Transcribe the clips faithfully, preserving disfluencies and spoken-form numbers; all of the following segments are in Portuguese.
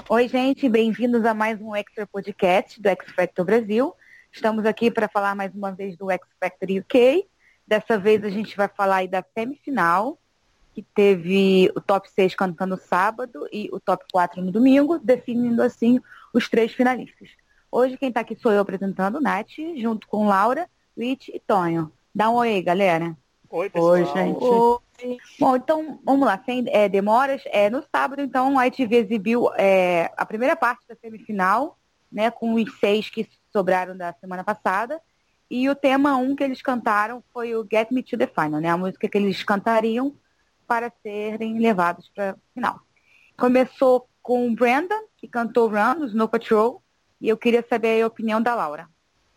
Oi, gente, bem-vindos a mais um Extra Podcast do X Factor Brasil. Estamos aqui para falar mais uma vez do X Factor U K. Dessa vez a gente vai falar aí da semifinal, que teve o top seis cantando sábado e o top quatro no domingo, definindo assim os três finalistas. Hoje quem está aqui sou eu apresentando, Nath, junto com Laura, Rich e Tonho. Dá um oi aí, galera. Oi, pessoal. Oi, gente. Oi. Bom, então, vamos lá, sem é, demoras. É, no sábado, então, a I T V exibiu é, a primeira parte da semifinal, né, com os seis que sobraram da semana passada. E o tema um que eles cantaram foi o Get Me to the Final, né, a música que eles cantariam para serem levados para a final. Começou com o Brandon, que cantou Run, do Snow Patrol, e eu queria saber a opinião da Laura.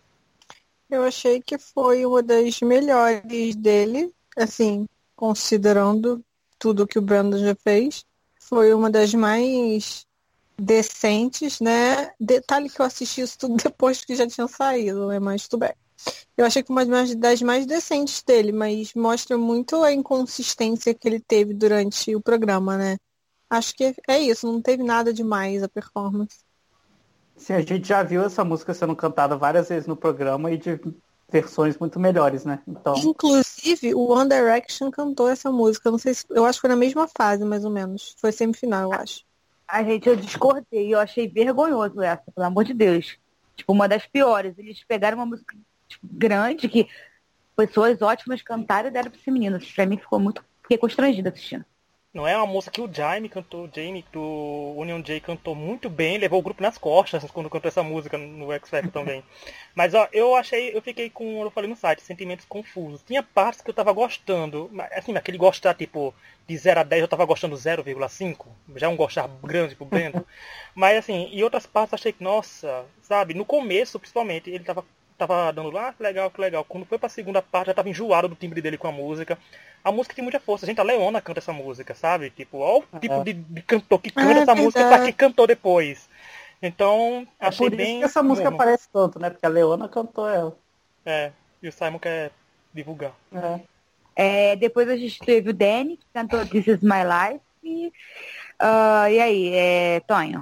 Eu achei que foi uma das melhores dele, assim, considerando tudo que o Brandon já fez. Foi uma das mais decentes, né? Detalhe que eu assisti isso tudo depois que já tinha saído, né? Mas tudo bem. Eu achei que uma das mais decentes dele, mas mostra muito a inconsistência que ele teve durante o programa, né? Acho que é isso, não teve nada demais a performance. Sim, a gente já viu essa música sendo cantada várias vezes no programa e de versões muito melhores, né? Então... Inclusive, o One Direction cantou essa música. Não sei se. Eu acho que foi na mesma fase, mais ou menos. Foi semifinal, eu acho. A gente, eu discordei. Eu achei vergonhoso essa, pelo amor de Deus. Tipo, uma das piores. Eles pegaram uma música tipo, grande que pessoas ótimas cantaram e deram pra esse menino. Pra mim ficou muito. Fiquei constrangida assistindo. Não é uma música que o Jaime cantou, Jamie do Union J cantou muito bem, levou o grupo nas costas quando cantou essa música no X Factor também. Mas ó, eu achei, eu fiquei com, eu falei no site, sentimentos confusos. Tinha partes que eu tava gostando, assim, aquele gostar tipo de zero a dez eu tava gostando zero vírgula cinco, já é um gostar grande pro Brendo. Mas assim, e outras partes achei que, nossa, sabe, no começo principalmente, ele tava tava dando lá, que legal, que legal. Quando foi pra segunda parte, já tava enjoado do timbre dele com a música. A música tem muita força. Gente, a Leona canta essa música, sabe? Tipo, ó o tipo de, de cantor que canta é essa verdade. música pra quem cantou depois. Então, é achei por bem... isso que essa música morno. aparece tanto, né? Porque a Leona cantou ela. É, e o Simon quer divulgar. É. É, depois a gente teve o Danny, que cantou This Is My Life. E, uh, e aí, é, Tonho?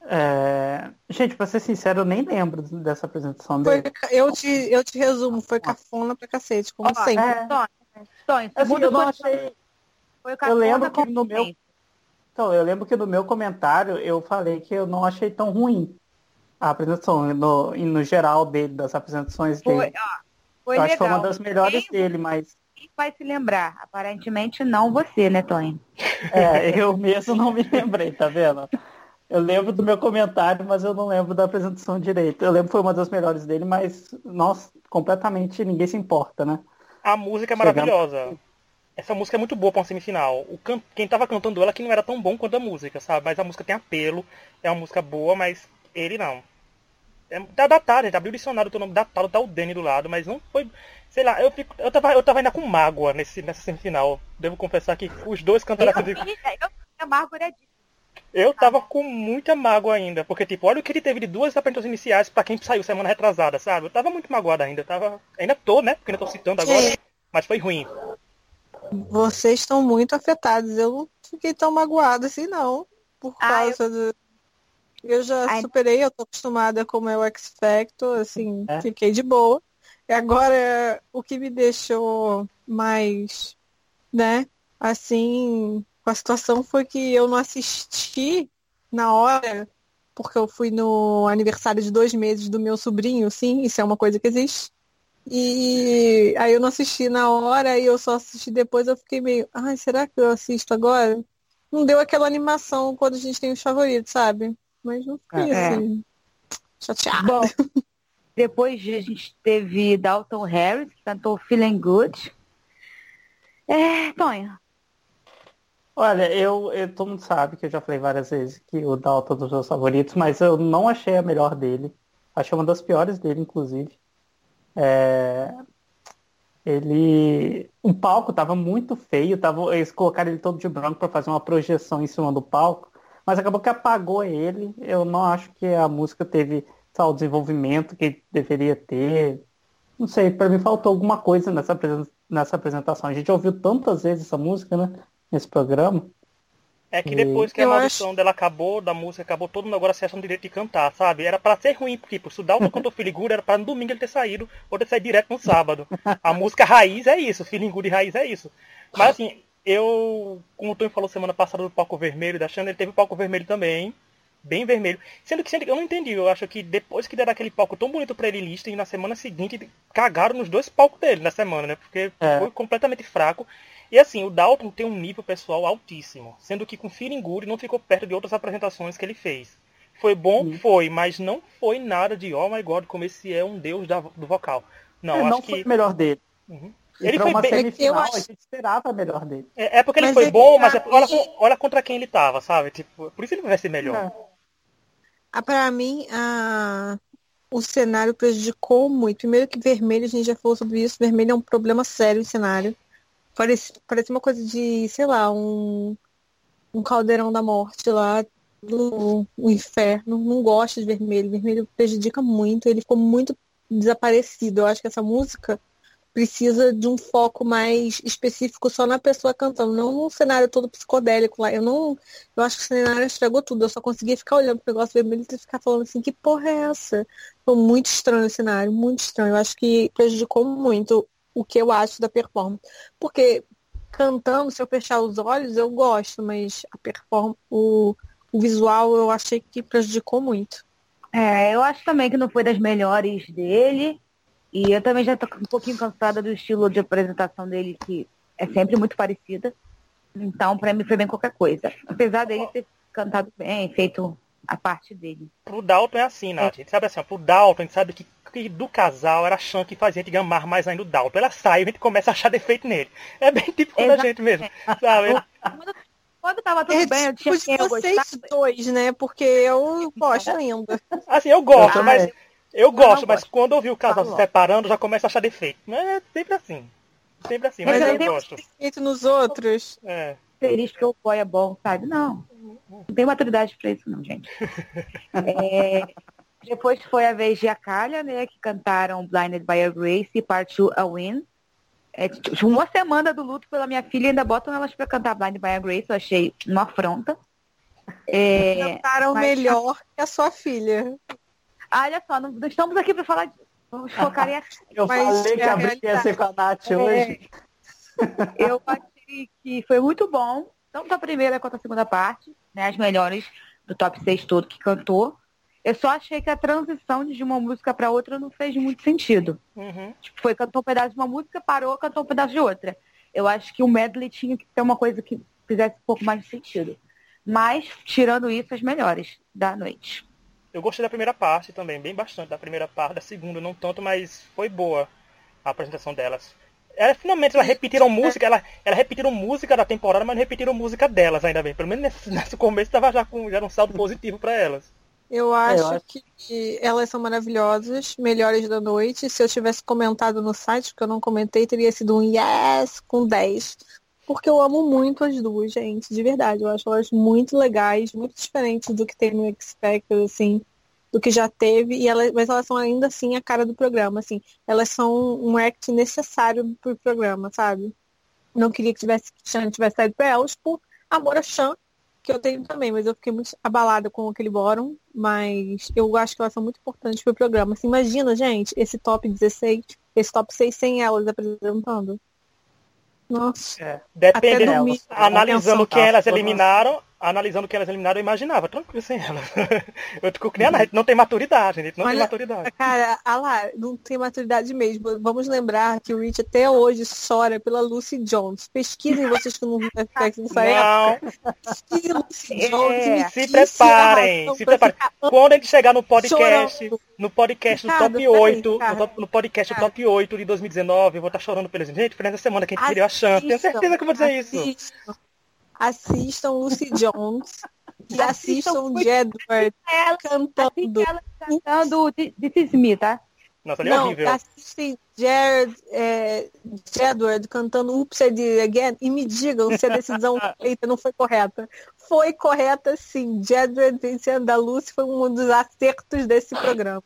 É... Gente, pra ser sincero, eu nem lembro dessa apresentação Foi, dele. eu, te, eu te resumo, foi cafona pra cacete, como Ó, sempre. é, Tonho, Tonho, Assim, segundo eu não foi- achei... foi o Eu cafona lembro que com no meu... Então, eu lembro que no meu comentário eu falei que eu não achei tão ruim a apresentação, no, no geral dele, das apresentações Foi, dele. ó, foi eu legal. acho que foi uma das melhores Quem- dele, mas Quem vai se lembrar? Aparentemente não você, né, Tonho? é, eu mesmo não me lembrei, tá vendo? Eu lembro do meu comentário, mas eu não lembro da apresentação direito. Eu lembro que foi uma das melhores dele, mas, nossa, completamente ninguém se importa, né? A música é Chegamos- maravilhosa. Essa música é muito boa pra uma semifinal. O can... Quem tava cantando ela que não era tão bom quanto a música, sabe? Mas a música tem apelo, é uma música boa, mas ele não. É, tá datado, gente. Abriu o dicionário, o nome datado, tá o Danny do lado, mas não foi. Sei lá, eu, fico, eu, tava, eu tava ainda com mágoa nesse, nessa semifinal. Devo confessar que os dois cantaram essa Eu, eu, eu, a Margot é disso. Eu tava com muita mágoa ainda, porque tipo, olha o que ele teve de duas apresentações iniciais pra quem saiu semana retrasada, sabe? Eu tava muito magoado ainda, eu tava. Ainda tô, né? Porque ainda tô citando agora, É. mas foi ruim. Vocês estão muito afetados. Eu não fiquei tão magoada assim, não. Por Ah, causa do. Eu já Ai. superei, eu tô acostumada com o meu X Factor, assim, É. fiquei de boa. E agora, o que me deixou mais, né, assim, com a situação foi que eu não assisti na hora, porque eu fui no aniversário de dois meses do meu sobrinho, sim, isso é uma coisa que existe. E aí eu não assisti na hora e eu só assisti depois, eu fiquei meio, ai, será que eu assisto agora? Não deu aquela animação quando a gente tem os favoritos, sabe? Mas não fiquei É. assim, chateada. Bom, depois a gente teve Dalton Harris, que cantou Feeling Good. É, Tonho. Olha, eu, eu, todo mundo sabe que eu já falei várias vezes que o Dalton é um dos meus favoritos, mas eu não achei a melhor dele. Achei uma das piores dele, inclusive. É, ele... O palco tava muito feio, tava... eles colocaram ele todo de branco para fazer uma projeção em cima do palco, mas acabou que apagou ele. Eu não acho que a música teve, sabe, o desenvolvimento que deveria ter. Não sei, para mim faltou alguma coisa nessa, nessa apresentação. A gente ouviu tantas vezes essa música, né, nesse programa. É que depois que a Eu maldição acho- dela acabou, da música acabou, todo mundo agora se achando direito de cantar, sabe? Era pra ser ruim, tipo, se o Dalton cantou Feeling Good, era pra no domingo ele ter saído, ou ter saído direto no sábado. A música raiz é isso, Feeling Good raiz é isso. Mas assim, eu, como o Tony falou semana passada do palco vermelho da Xana, ele teve o palco vermelho também, bem vermelho. Sendo que sendo que eu não entendi, eu acho que depois que deram aquele palco tão bonito pra ele listem, na semana seguinte cagaram nos dois palcos dele na semana, né? Porque É. foi completamente fraco. E assim, o Dalton tem um nível pessoal altíssimo, sendo que com Feeling Good não ficou perto de outras apresentações que ele fez. Foi bom? Uhum. Foi, mas não foi nada de oh my god, como esse é um deus da- do vocal. Não, É, acho não que. foi o melhor dele. Uhum. E Ele pra foi uma bem. semifinal, Eu acho- a gente esperava melhor dele. É, é porque ele Mas foi é que bom, mas é- pra olha, mim- olha contra quem ele tava, sabe? Tipo, por isso ele vai ser melhor. É. Ah, pra mim, a... o cenário prejudicou muito. Primeiro que vermelho, a gente já falou sobre isso, vermelho é um problema sério o cenário. Parece, parece uma coisa de, sei lá, um, um caldeirão da morte lá do o inferno. Não gosto de vermelho. Vermelho prejudica muito. Ele ficou muito desaparecido. Eu acho que essa música precisa de um foco mais específico só na pessoa cantando, não num cenário todo psicodélico lá. Eu não. Eu acho que o cenário estragou tudo. Eu só conseguia ficar olhando pro negócio vermelho e ficar falando assim, que porra é essa? Foi muito estranho o cenário, muito estranho. Eu acho que prejudicou muito o que eu acho da performance. Porque cantando, se eu fechar os olhos, eu gosto, mas a performance, o, o visual eu achei que prejudicou muito. É, eu acho também que não foi das melhores dele. E eu também já tô um pouquinho cansada do estilo de apresentação dele, que é sempre muito parecida. Então, pra mim, foi bem qualquer coisa. Apesar dele ter cantado bem, feito a parte dele. Pro Dalton é assim, Nath. A gente sabe assim, ó, pro Dalton, a gente sabe que, que do casal era a Xan que fazia a gente amar mais ainda o Dalton. Ela sai e a gente começa a achar defeito nele. É bem típico da gente mesmo, sabe? Quando, quando tava tudo É bem, eu tinha tipo quem de eu vocês gostava. dois, né? Porque eu gosto ainda. Assim, eu gosto, Eu mas também. eu gosto, não mas gosto. quando eu vi o casal se Falou. separando, já começa a achar defeito. Mas é sempre assim. Sempre assim, mas, Mas eu eu tenho- gosto. Feito nos outros. É. Feliz porque o boy é bom, sabe? Não, não tem maturidade pra isso não, gente. É, depois foi a vez de Acalia, né, que cantaram Blinded by a Grace e Part two A Win. É, tipo, uma semana do luto pela minha filha, ainda botam elas pra cantar Blinded by a Grace, eu achei uma afronta. É, Cantaram mas- melhor que a sua filha. ah, olha só, não, não estamos aqui pra falar disso. Vamos focar em Acalia. Eu Mas falei que é a a briga ia ser com a Nath É. hoje. Eu achei que foi muito bom, tanto a primeira quanto a segunda parte, né? As melhores do top seis todo que cantou. Eu só achei que a transição de uma música para outra não fez muito sentido. Uhum. Tipo, foi cantou um pedaço de uma música, parou, cantou um pedaço de outra. Eu acho que o medley tinha que ter uma coisa que fizesse um pouco mais de sentido. Mas, tirando isso, as melhores da noite. Eu gostei da primeira parte também, bem bastante da primeira parte, da segunda não tanto, mas foi boa a apresentação delas. Ela, finalmente elas repetiram música, ela, ela repetiram música da temporada, mas não repetiram música delas ainda bem. Pelo menos nesse, nesse começo tava já com já era um saldo positivo para elas. Eu acho, acho- que elas são maravilhosas, melhores da noite. Se eu tivesse comentado no site, porque eu não comentei, teria sido um yes com dez. Porque eu amo muito as duas, gente, de verdade. Eu acho elas muito legais, muito diferentes do que tem no X Factor, assim, do que já teve. E elas, mas elas são ainda assim a cara do programa, assim. Elas são um act necessário pro programa, sabe? Não queria que tivesse, que Xan tivesse saído pra elas por amor a Xan, que eu tenho também, mas eu fiquei muito abalada com aquele bórum, mas eu acho que elas são muito importantes pro programa. Assim, imagina, gente, esse top dezesseis, esse top seis sem elas apresentando. Nossa. É. Depende, Até dormir. analisando quem Pensar, elas foram- eliminaram, analisando quem elas eliminaram, eu imaginava, tranquilo sem elas. Eu tô com nem a gente não tem maturidade, a gente não tem Olha, maturidade. Cara, ah lá, não tem maturidade mesmo. Vamos lembrar que o Rich até hoje chora pela Lucy Jones. Pesquisem vocês que não viram F X nessa época. Não, Pesquisem Lucy É, Jones. se e se isso preparem, é razão se pra preparem. ficar Quando a gente chegar no podcast, chorando. no podcast do Ricardo, top peraí, oito, no, cara. top- no podcast Cara. top oito de dois mil e dezenove, eu vou estar chorando pelos gente, foi nessa semana que a gente perdeu a chance. Tenho Assistam, certeza que eu vou dizer isso. assistam. Assistam Lucy Jones e Assistam assistam muito. Jedward Ela, cantando. assim, ela cantando This Is Me, tá? Nossa, ele é Não, horrível. assistem Jared, é, Jedward cantando Oops, I Did It Again e me digam se a decisão feita não foi correta. Foi correta, sim. Jedward vencendo a Lucy foi um dos acertos desse programa.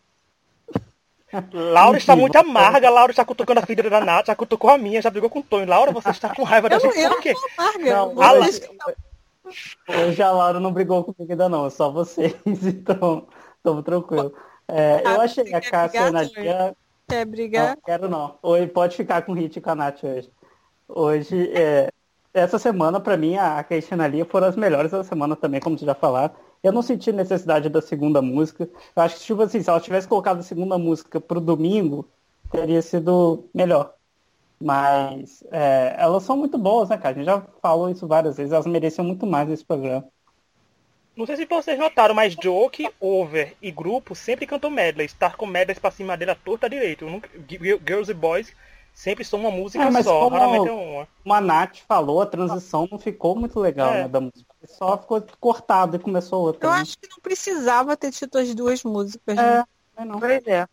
Laura está muito amarga, Laura está cutucando a filha da Nath, já cutucou a minha, já brigou com o Tonho. Laura, você está com raiva da Eu, não- gente eu por não quê? sou amarga. Não, Vocês Ala- estão- Hoje a Laura não brigou comigo ainda não, é só vocês, então estamos tranquilo. É, eu Ah, achei você a quer Cássia e a brigar, Nadia... Quer Não, brigar? quero não. Hoje pode ficar com o Hit e com a Nath hoje. Hoje, é, essa semana, pra mim, a Cristina Lia foram as melhores da semana também, como vocês já falaram. Eu não senti necessidade da segunda música. Eu acho que, tipo assim, se ela tivesse colocado a segunda música pro domingo, teria sido melhor. Mas é, elas são muito boas, né, cara? A gente já falou isso várias vezes. Elas mereciam muito mais nesse programa. Não sei se vocês notaram, mas Joke, Over e grupo sempre cantam medley. Estar com medleys pra cima dele à torta direito. Eu nunca, Girls e Boys sempre são uma música É, mas só, como, raramente é uma. como a Nath falou, a transição não ficou muito legal, É. né, da música. Só ficou cortado e começou outra. Eu né? acho que não precisava ter tido as duas músicas, né? É, é não. Pois é.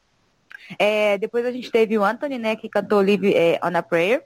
É, depois a gente teve o Anthony, né, que cantou Live é, on a Prayer.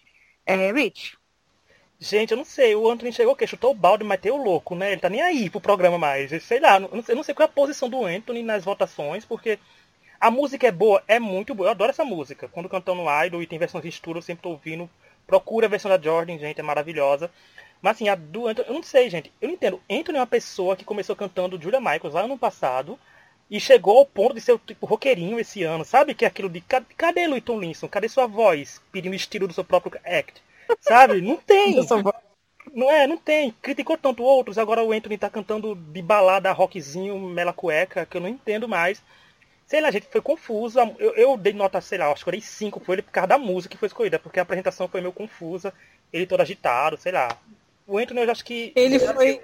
É, Rich. Gente, eu não sei, o Anthony chegou o quê? Chutou o balde, mas tem o louco, né? Ele tá nem aí pro programa mais. Sei lá, eu não sei, eu não sei qual é a posição do Anthony nas votações, porque a música é boa, é muito boa. Eu adoro essa música. Quando cantam no Idol e tem versões de estúdio, eu sempre tô ouvindo. Procura a versão da Jordan, gente, é maravilhosa. Mas assim, a do Anthony, eu não sei, gente. Eu não entendo. Anthony é uma pessoa que começou cantando Julia Michaels lá ano passado e chegou ao ponto de ser o tipo roqueirinho esse ano, sabe? Que é aquilo de cadê, cadê Luiton Linson? Cadê sua voz? Pedindo o estilo do seu próprio act. Sabe? Não tem. Não é, não tem. Criticou tanto outros, agora o Anthony tá cantando de balada rockzinho, mela cueca, que eu não entendo mais. Sei lá, gente, foi confuso. Eu, eu dei nota, sei lá, acho que eu dei cinco por ele por causa da música que foi escolhida, porque a apresentação foi meio confusa, ele todo agitado, sei lá. O Anthony eu acho que... Ele foi,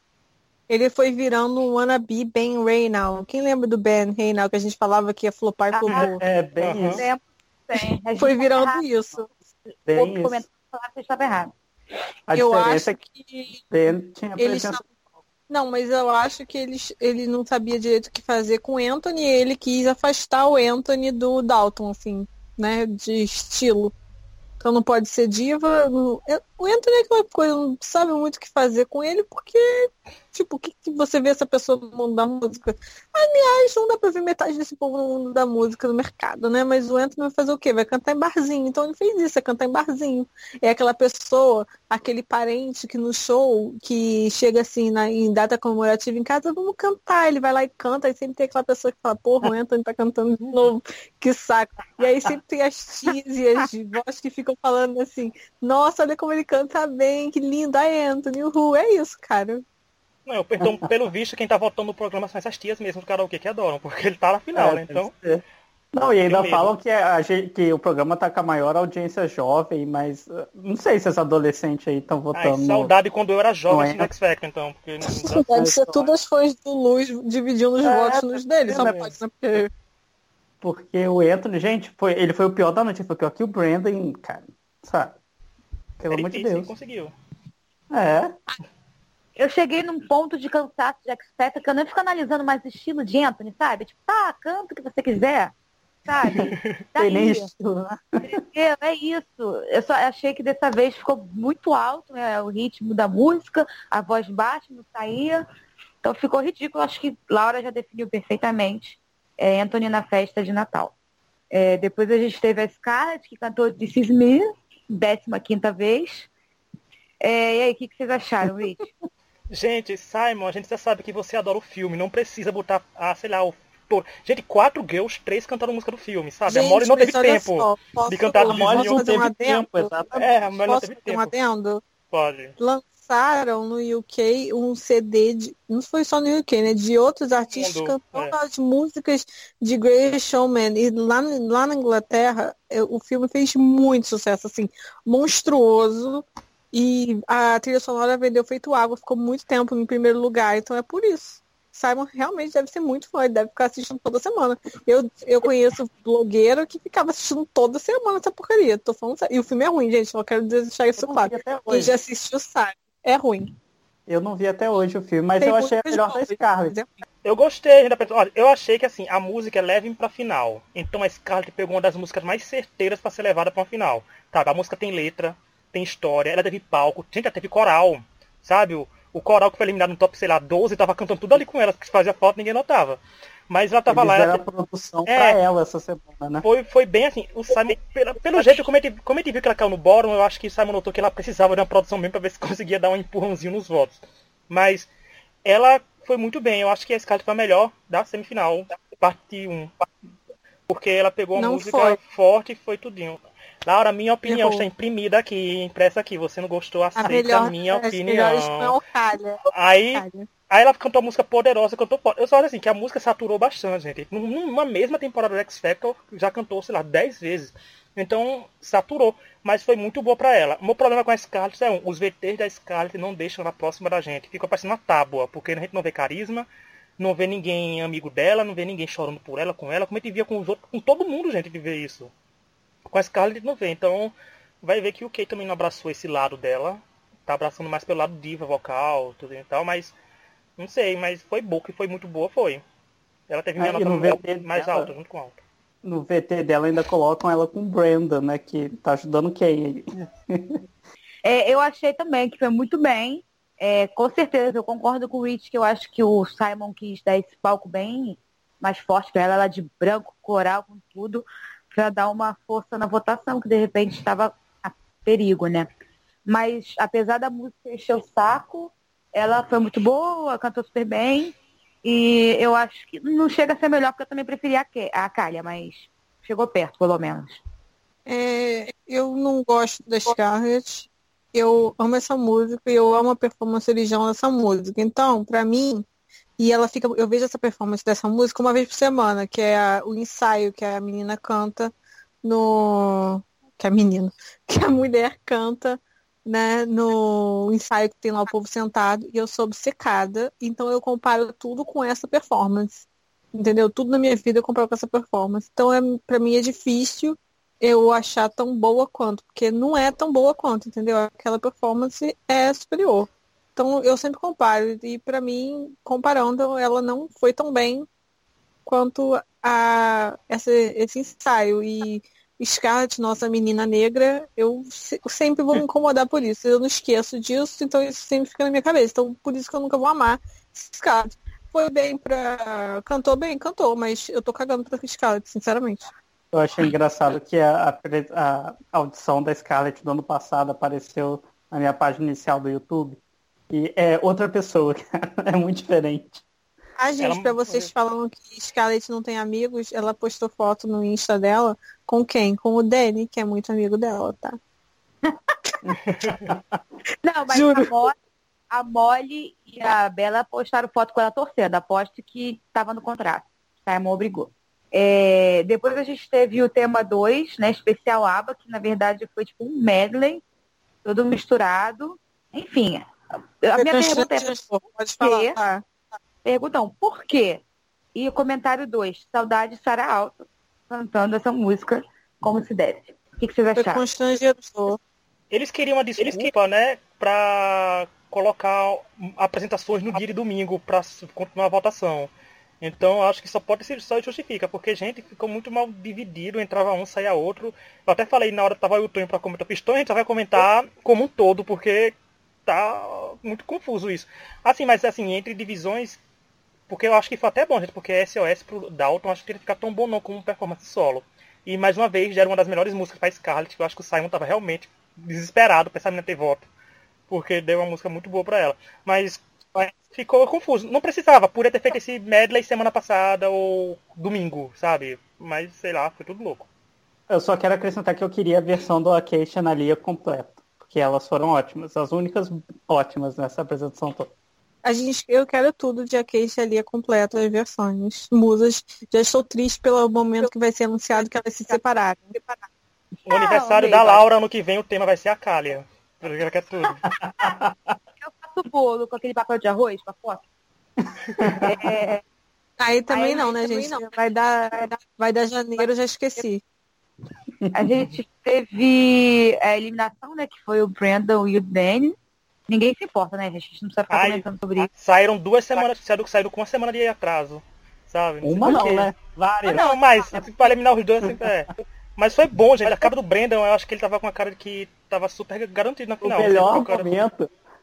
ele foi virando um wannabe Ben Reynolds. Quem lembra do Ben Reynolds que a gente falava que ia flopar e flopou? É, bem Aham. isso. Lembro, tem. A gente Foi tá virando errado. isso. Bem Outro isso. comentário falava que você estava errado. A Eu diferença acho é que que Ben tinha eles presença. Não, mas eu acho que eles, ele não sabia direito o que fazer com o Anthony e ele quis afastar o Anthony do Dalton, assim, né, de estilo. Então não pode ser diva. Não... O Anthony é aquela coisa, não sabe muito o que fazer com ele, porque, tipo, o que, que você vê essa pessoa no mundo da música? Aliás, não dá pra ver metade desse povo no mundo da música, no mercado, né? Mas o Anthony vai fazer o quê? Vai cantar em barzinho. Então ele fez isso, é cantar em barzinho. É aquela pessoa, aquele parente que no show, que chega assim, na, em data comemorativa em casa, vamos cantar. Ele vai lá e canta, e sempre tem aquela pessoa que fala, porra, o Anthony tá cantando de novo, que saco. E aí sempre tem as tias e as vozes que ficam falando assim, nossa, olha como ele canta bem, que lindo, ai Anthony, uhul. É isso, cara. Não, perdão, pelo visto, quem tá votando no programa são essas tias mesmo do karaokê que adoram, porque ele tá na final, É, né? Então, deve ser. Não, e ainda Tem medo. falam que, a gente- que o programa tá com a maior audiência jovem, mas uh, não sei se esses adolescentes aí estão ai, votando. no- saudade quando eu era jovem Não assim, é? no X Factor, então. Porque não, Deve ser tudo as fãs do Luz dividindo os É, votos nos deles. Só é, pode, né? Porque Porque o Anthony, gente, foi, ele foi o pior da noite, foi pior que o Brandon, cara. Sabe? Pelo é amor de difícil, Deus. conseguiu. É. Eu cheguei num ponto de cansaço de X Factor que eu nem fico analisando mais o estilo de Anthony, sabe? Tipo, tá, canta o que você quiser, sabe? Tem nem Daí, estilo, né? entendeu? É isso. Eu só achei que dessa vez ficou muito alto, né, o ritmo da música, a voz baixa, não saía. Então ficou ridículo. Acho que Laura já definiu perfeitamente. É, Anthony na festa de Natal. É, depois a gente teve a Scarlett, que cantou This Is Me, décima quinta vez. É, e aí, o que, que vocês acharam, Rich? Gente, Simon, a gente já sabe que você adora o filme, não precisa botar, ah, sei lá, o todo. Gente, quatro girls, três cantaram música do filme, sabe? a Molly não teve mas olha tempo só, posso- de cantar posso Disney. fazer um teve adendo? tempo, exatamente. É, a Molly não Posso teve fazer um tempo. adendo? Pode. Lançaram no U K um C D, de, não foi só no U K, né? De outros artistas Mundo, cantando é. as músicas de Greatest Showman. E lá, lá na Inglaterra, eh, o filme fez muito sucesso, assim, monstruoso. E a trilha sonora vendeu feito água, ficou muito tempo em primeiro lugar. Então é por isso. Simon realmente deve ser muito fã, ele deve ficar assistindo toda semana. Eu, eu conheço blogueiro que ficava assistindo toda semana essa porcaria. Tô falando sério. E o filme é ruim, gente. Só quero deixar isso Eu não claro. vi até Quem hoje. já assistiu sabe. É ruim. Eu não vi até hoje o filme, mas Tem eu achei a músicas melhor da boas, Scarlett. mas é ruim. Eu gostei, gente, da pessoa- olha, eu achei que assim, a música é leve pra final. Então a Scarlett pegou uma das músicas mais certeiras pra ser levada pra uma final. Tá, a música tem letra, tem história, ela teve palco, gente, ela teve coral, sabe? O, o coral que foi eliminado no top, sei lá, doze, tava cantando tudo ali com ela, que fazia foto ninguém notava. Mas ela tava Eles lá. deram Ela... a produção é, pra ela essa semana, né? Foi, foi bem assim. O Simon, pelo, pelo jeito, como a, gente, como a gente viu que ela caiu no bórum, eu acho que o Simon notou que ela precisava de uma produção mesmo pra ver se conseguia dar um empurrãozinho nos votos. Mas ela foi muito bem. Eu acho que a Scarlett foi a melhor da semifinal, parte um. Porque ela pegou uma Não música foi. forte e foi tudinho. Laura, minha opinião Errou. está imprimida aqui, impressa aqui. Você não gostou, A aceita melhor, a minha as opinião. melhores foi a Ocalha. Aí, Ocalha. aí ela cantou a música poderosa, cantou forte. Eu só acho assim, que a música saturou bastante, gente. Num- Numa mesma temporada do X Factor, já cantou, sei lá, dez vezes. Então, saturou. Mas foi muito boa pra ela. O meu problema com a Scarlett é um, os V Ts da Scarlett não deixam ela próxima da gente. Fica parecendo uma tábua, porque a gente não vê carisma, não vê ninguém amigo dela, não vê ninguém chorando por ela, com ela, como a gente via com os outros, com todo mundo, gente, de ver isso. Com a Scarlett não vê, então vai ver que o Kay também não abraçou esse lado dela. Tá abraçando mais pelo lado diva, vocal, tudo e tal, mas não sei, mas foi boa, que foi muito boa, foi. Ela teve minha Ah, e nota no V T mais dela- alta, junto com alta. No V T dela ainda colocam ela com Brandon, né? Que tá ajudando quem aí? É, eu achei também que foi muito bem. É, com certeza, eu concordo com o Rich, que eu acho que o Simon quis dar esse palco bem mais forte pra ela, ela de branco, coral, com tudo, pra dar uma força na votação, que de repente estava a perigo, né? Mas, apesar da música encher o saco, ela foi muito boa, cantou super bem. E eu acho que não chega a ser melhor, porque eu também preferia a, Ke- a Calha, mas chegou perto, pelo menos. É, eu não gosto da Scarlett. Eu amo essa música e eu amo a performance original dessa música. Então, pra mim, e ela fica, eu vejo essa performance dessa música uma vez por semana, que é a- o ensaio que a menina canta no. Que a menina, que a mulher canta, né, no ensaio que tem lá o povo sentado, e eu sou obcecada, então eu comparo tudo com essa performance. Entendeu? Tudo na minha vida eu comparo com essa performance. Então, é, pra mim é difícil eu achar tão boa quanto, porque não é tão boa quanto, entendeu? Aquela performance é superior. Então eu sempre comparo, e pra mim, comparando, ela não foi tão bem quanto a essa, esse ensaio. E Scarlett, nossa menina negra, eu, se- eu sempre vou me incomodar por isso. Eu não esqueço disso, então isso sempre fica na minha cabeça. Então por isso que eu nunca vou amar Scarlett. Foi bem pra. Cantou bem, cantou, mas eu tô cagando pra Scarlett, sinceramente. Eu achei engraçado que a, a pre- a audição da Scarlett do ano passado apareceu na minha página inicial do YouTube. E é outra pessoa, cara. É muito diferente. Ah, gente, Ela- pra vocês falando que Scarlett não tem amigos, ela postou foto no Insta dela com quem? Com o Danny, que é muito amigo dela, tá? Não, mas Juro. a Molly, a Molly e a Bela postaram foto com ela torcendo. Aposto que estava no contrato. Simon obrigou. É, depois a gente teve o tema dois, né? Especial ABBA, que na verdade foi tipo um medley, todo misturado. Enfim, a minha pergunta é Pode quê? falar. perguntam por quê? E o comentário dois, saudade Sarah Alto cantando essa música como se deve. O que, que vocês Foi acharam? constrangedor. Eles queriam uma desculpa, né, pra colocar apresentações no dia de domingo pra continuar a votação. Então, eu acho que só pode ser, só justifica, porque, gente, ficou muito mal dividido, entrava um, saía outro. Eu até falei na hora que tava o Tonho pra comentar, fiz, Tonho, a gente só vai comentar como um todo, porque tá muito confuso isso. Assim, mas assim, entre divisões, porque eu acho que foi até bom, gente, porque S O S pro Dalton, acho que ele ficar tão bom não como performance solo. E mais uma vez, deram uma das melhores músicas pra Scarlett, que eu acho que o Simon tava realmente desesperado pra essa menina ter voto. Porque deu uma música muito boa pra ela. Mas ficou confuso. Não precisava, podia ter feito esse medley semana passada ou domingo, sabe? Mas, sei lá, foi tudo louco. Eu só quero acrescentar que eu queria a versão do Acacia na Lia completa. Porque elas foram ótimas. As únicas ótimas nessa apresentação toda. A gente, eu quero tudo de Acacia ali completa, as versões. Musas, já estou triste pelo momento que vai ser anunciado que elas se separaram. O aniversário da Laura, ano que vem, o tema vai ser a Cália. Eu quero tudo. Eu faço bolo com aquele papel de arroz com a foto. É, Aí também Aí não, né, também gente? não. Vai dar, vai dar janeiro, eu já esqueci. a gente teve a eliminação, né? Que foi o Brandon e o Danny. Ninguém se importa, né, gente? A gente não precisa ficar Ai, comentando sobre isso. Saíram duas semanas, saíram, saíram com uma semana de atraso, sabe? sei Uma por não, quê. né? Várias. Ah, não, mas para eliminar os dois sempre é. Mas foi bom, gente. A cara do Brandon, eu acho que ele tava com a cara de que tava super garantido na O final. melhor O cara- momento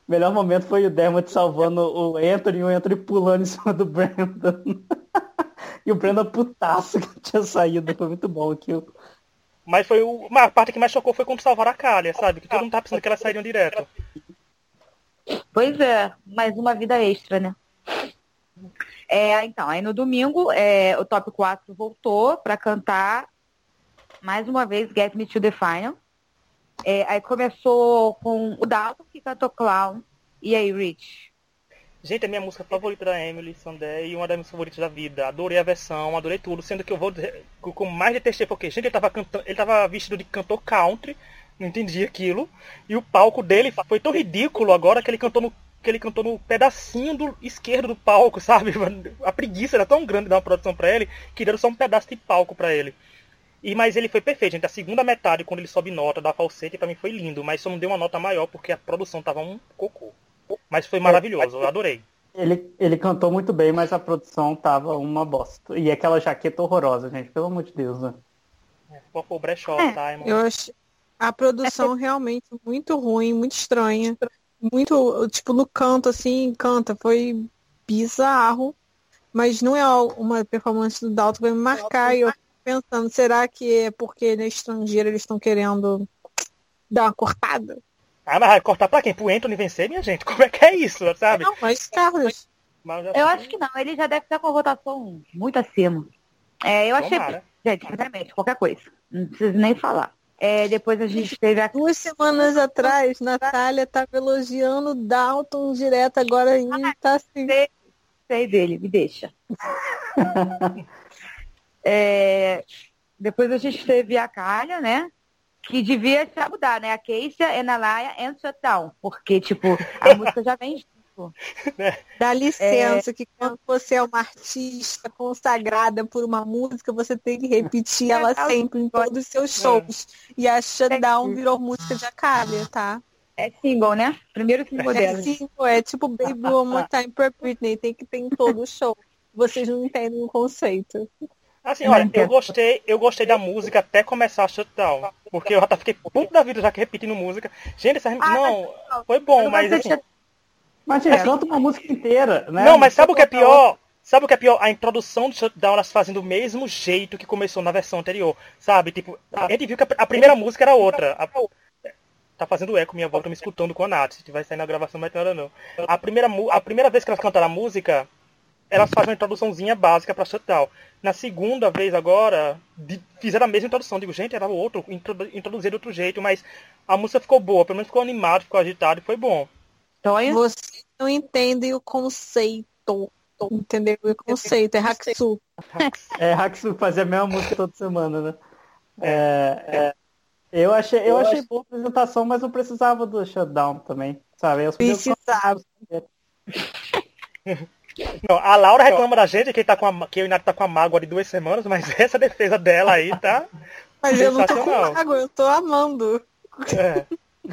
melhor momento foi o Dermot salvando o Anthony e o Anthony pulando em cima do Brandon. E o Brandon putaço que tinha saído. Foi muito bom aquilo. Mas foi o... a parte que mais chocou foi quando salvaram a Kalia, sabe? Que todo mundo tava pensando que elas sairiam direto. Pois é, mais uma vida extra, né? É, então, aí no domingo, é, o top quatro voltou pra cantar mais uma vez Get Me to the Final. É, aí começou com o Dalton, que cantou Clown, e aí Rich. Gente, é a minha música favorita da Emily Sandé e uma das minhas favoritas da vida. Adorei a versão, adorei tudo, sendo que eu vou dizer, o que eu mais detestei foi porque, gente, ele tava, cantando, ele tava vestido de cantor country, não entendi aquilo, e o palco dele foi tão ridículo agora que ele cantou no, que ele cantou no pedacinho do esquerdo do palco, sabe? A preguiça era tão grande dar uma produção pra ele que deram só um pedaço de palco pra ele. E, mas ele foi perfeito, gente. A segunda metade, quando ele sobe nota, dá falsete, pra mim foi lindo, mas só não deu uma nota maior porque a produção tava um cocô. Mas foi maravilhoso, eu adorei. Ele, ele cantou muito bem, mas a produção tava uma bosta. E aquela jaqueta horrorosa, gente, pelo amor de Deus, né? Qual foi o brechó, É, Simon? eu achei a produção realmente muito ruim, muito estranha. Muito, tipo, no canto, assim, canta, foi bizarro. Mas não é uma performance do Dalton que vai me marcar. E eu fico pensando, será que é porque ele é estrangeiro, eles estão querendo dar uma cortada? Ah, mas vai cortar pra quem? Pro Anthony vencer, minha gente? Como é que é isso, sabe? Não, mas Carlos, Mas já Eu sei. acho que não, ele já deve estar com a votação muito acima. É, eu achei, Tomara. gente, sinceramente, qualquer coisa. Não preciso nem falar. É, depois a gente teve a... duas semanas atrás, Natália tava elogiando Dalton direto, agora ainda tá assim. Sei, sei dele, me deixa. É, depois a gente teve a Kalia, né? Que devia já mudar, né? A Keisha, Enalaya and Shutdown. Porque, tipo, a música já vem junto. Dá licença que quando você é uma artista consagrada por uma música, você tem que repetir ela sempre em todos os seus shows. E a Shutdown virou música de Acalia, tá? É single, né? Primeiro single É dela. assim, é tipo Baby One More Time pra Britney, tem que ter em todo o show. Vocês não entendem o conceito. Assim, olha, eu gostei, eu gostei da música até começar a Shutdown. Porque eu já fiquei puto da vida já que repetindo música. Gente, essa... Ah, não, foi bom, mas assim... Mas, gente, canta uma música inteira, né? Não, mas sabe o que é pior? Sabe o que é pior? A introdução do Shutdown, elas fazem do mesmo jeito que começou na versão anterior. Sabe? Tipo, a gente viu que a primeira música era outra. A... Tá fazendo eco minha volta me escutando com a Nath. Se vai sair na gravação, não vai ter nada não. A primeira, a primeira vez que elas cantaram a música, elas fazem uma introduçãozinha básica pra Shutdown. Na segunda vez agora, de, fizeram a mesma introdução. Digo, gente, era o outro, introdu, introduzir de outro jeito, mas a música ficou boa. Pelo menos ficou animado, ficou agitado e foi bom. Tonho? Vocês não entendem o conceito. Entendeu? O conceito é Haxu. É, Haxu fazia a mesma música toda semana, né? É, é, eu achei, eu achei boa a apresentação, mas não precisava do Shutdown também, sabe? Eu Precisava. Não, a Laura reclama da gente que, tá com a, que eu e Nath tá com a mágoa de duas semanas, mas essa defesa dela aí tá Mas eu não tô com sensacional. água, eu tô amando. É.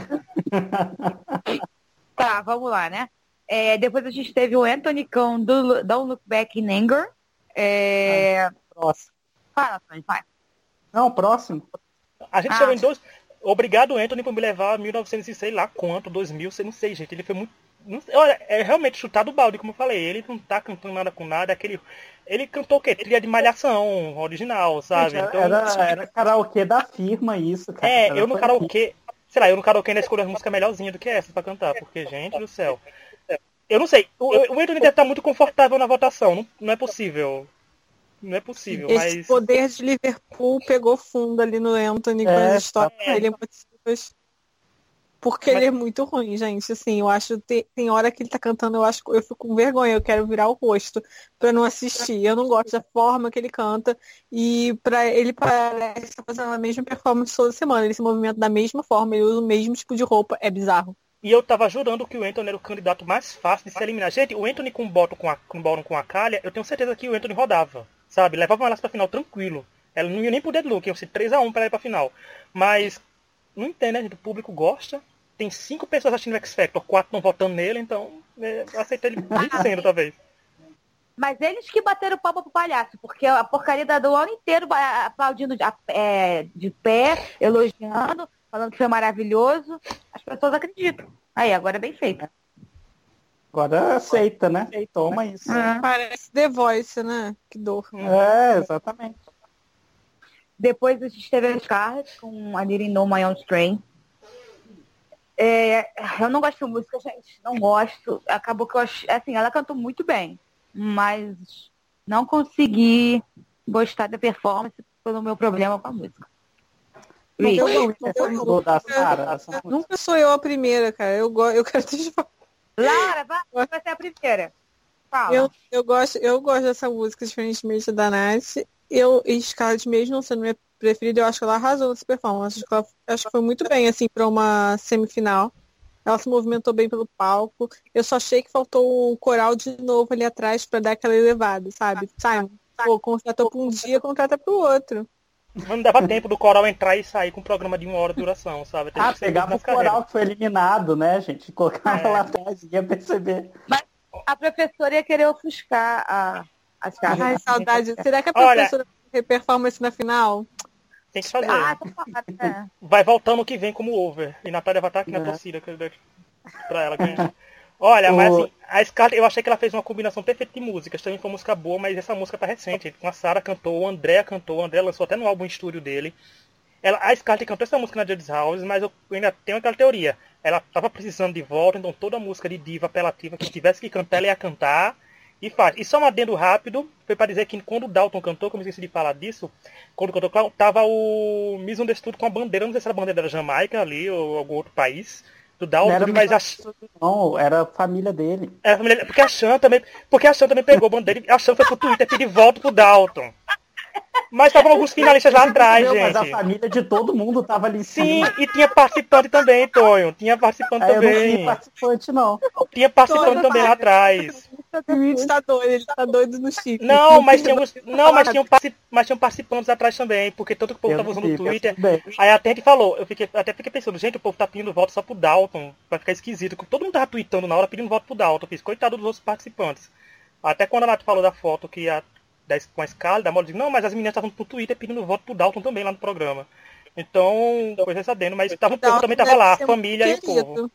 Tá, vamos lá, né? É, depois a gente teve o Anthony com do, Don't Look Back in Anger. É... Próximo. Fala, Tony, vai. Não, próximo. A gente Ah. chegou em dois. Obrigado, Anthony, por me levar a mil e novecentos e sei lá quanto, dois mil, sei, não sei, gente. Ele foi muito. Não sei, olha, é realmente chutado o balde, como eu falei. Ele não tá cantando nada com nada. Aquele, ele cantou o quê? Trilha de malhação original, sabe? Gente, Então, era, era karaokê da firma isso, cara. é, Era eu no foi- karaokê. Sei lá, eu no karaokê ainda escolho as músicas melhorzinhas do que essa pra cantar, porque, gente do céu. Eu não sei, o, o Anthony deve estar muito confortável na votação, não, não é possível. Não é possível, Esse mas. poder de Liverpool pegou fundo ali no Anthony com É, as histórias é. dele emotivas. Porque Mas- ele é muito ruim, gente. Assim, eu acho que tem hora que ele tá cantando, eu acho que eu fico com vergonha, eu quero virar o rosto pra não assistir. Eu não gosto da forma que ele canta. E pra ele parece estar fazendo a mesma performance toda semana. Ele se movimenta da mesma forma, ele usa o mesmo tipo de roupa. É bizarro. E eu tava jurando que o Anthony era o candidato mais fácil de se eliminar. Gente, o Anthony com o Bottom com a, com o Bottom com a Kalia, eu tenho certeza que o Anthony rodava. Sabe? Levava elas pra final tranquilo. Ela não ia nem pro deadlock, iam ser três a um pra ir pra final. Mas, não entendo, né, gente? O público gosta. Tem cinco pessoas assistindo o X Factor, quatro estão votando nele, então é, eu aceitei ele vencendo, talvez. Mas eles que bateram palma pro palhaço, porque a porcaria da do ano inteiro ba- aplaudindo de, é, de pé, elogiando, falando que foi maravilhoso. As pessoas acreditam. Aí, agora é bem feito. Agora aceita, né? Toma isso. É. Parece The Voice, né? Que dor. É, exatamente. Depois a gente teve a Scarlett com a Didn't Know My Own Strain. É, eu não gosto de música, gente. Não gosto. Acabou que eu achei. Assim, ela cantou muito bem. Mas não consegui gostar da performance pelo meu problema com a música. Não Ui. deu Eu- muito essa mudou da Sarah, essa música. Nunca sou eu a primeira, cara. Eu, go... eu quero te falar. Laura, vai, vai ser a primeira. Fala. Eu, eu, gosto, eu gosto dessa música, diferentemente da Nath. Eu, e Scarlett, mesmo não sendo minha preferida, eu acho que ela arrasou nessa performance. Acho que, ela, acho que foi muito bem, assim, pra uma semifinal. Ela se movimentou bem pelo palco. Eu só achei que faltou um coral de novo ali atrás pra dar aquela elevada, sabe? Simon, pô, contratou pra um dia, contrata pro outro. Não dava tempo do coral entrar e sair com um programa de uma hora de duração, sabe? Teve Ah, que ser pegava o nas carreiras. coral que foi eliminado, né, gente? Colocava É. lá atrás e ia perceber. A professora ia querer ofuscar a, as cartas. Ai, saudade. Será que a Olha- professora vai ter performance na final? Tem que fazer. Ah, tá falando, é. Vai voltando o que vem como over. E Natália vai estar aqui na É. torcida que- pra ela ganhar. Olha, mas O- assim, a Scarlett, eu achei que ela fez uma combinação perfeita de músicas. Também foi uma música boa, mas essa música tá recente. Com a Sarah cantou, o André cantou, o André lançou até no álbum estúdio dele. Ela, a Scarlett cantou essa música na Judge's House, mas eu ainda tenho aquela teoria. Ela tava precisando de volta, então toda música de diva apelativa que tivesse que cantar, ela ia cantar. E faz. E só um adendo rápido, foi para dizer que quando o Dalton cantou, que eu me esqueci de falar disso, quando cantou, tava o Misunderstood com a bandeira, não sei se era a bandeira da Jamaica ali, ou algum outro país, do Não Dalton, era mas a, não, era a família dele. era a família- porque a Chan também, porque a Chan também pegou a bandeira, e a Chan foi pro Twitter pedir volta pro Dalton. Mas estavam alguns finalistas lá atrás, Não, mas a gente. família de todo mundo tava ali em Sim, cima. e tinha participante também, Tonho. Tinha participante Aí eu não também. tinha participante, não. Tinha participante Toda também lá parte. atrás. O Mitch tá doido, ele tá doido no chip. Não, mas tinha alguns- não, mas tinham, partici- mas tinham participantes atrás também, porque tanto que o povo Eu tava não usando o vi, Twitter. tudo bem. Aí até a gente falou, eu fiquei, até fiquei pensando, gente, o povo tá pedindo voto só pro Dalton, vai ficar esquisito. Todo mundo tava tweetando na hora pedindo voto pro Dalton, eu fiz, coitado dos outros participantes. Até quando a Nath falou da foto que a, da, com a Scarlett, da moda, eu disse, não, mas as meninas estavam pro Twitter pedindo voto pro Dalton também lá no programa. Então, foi essa dentro, mas tava, o povo também tava lá, a família e o povo.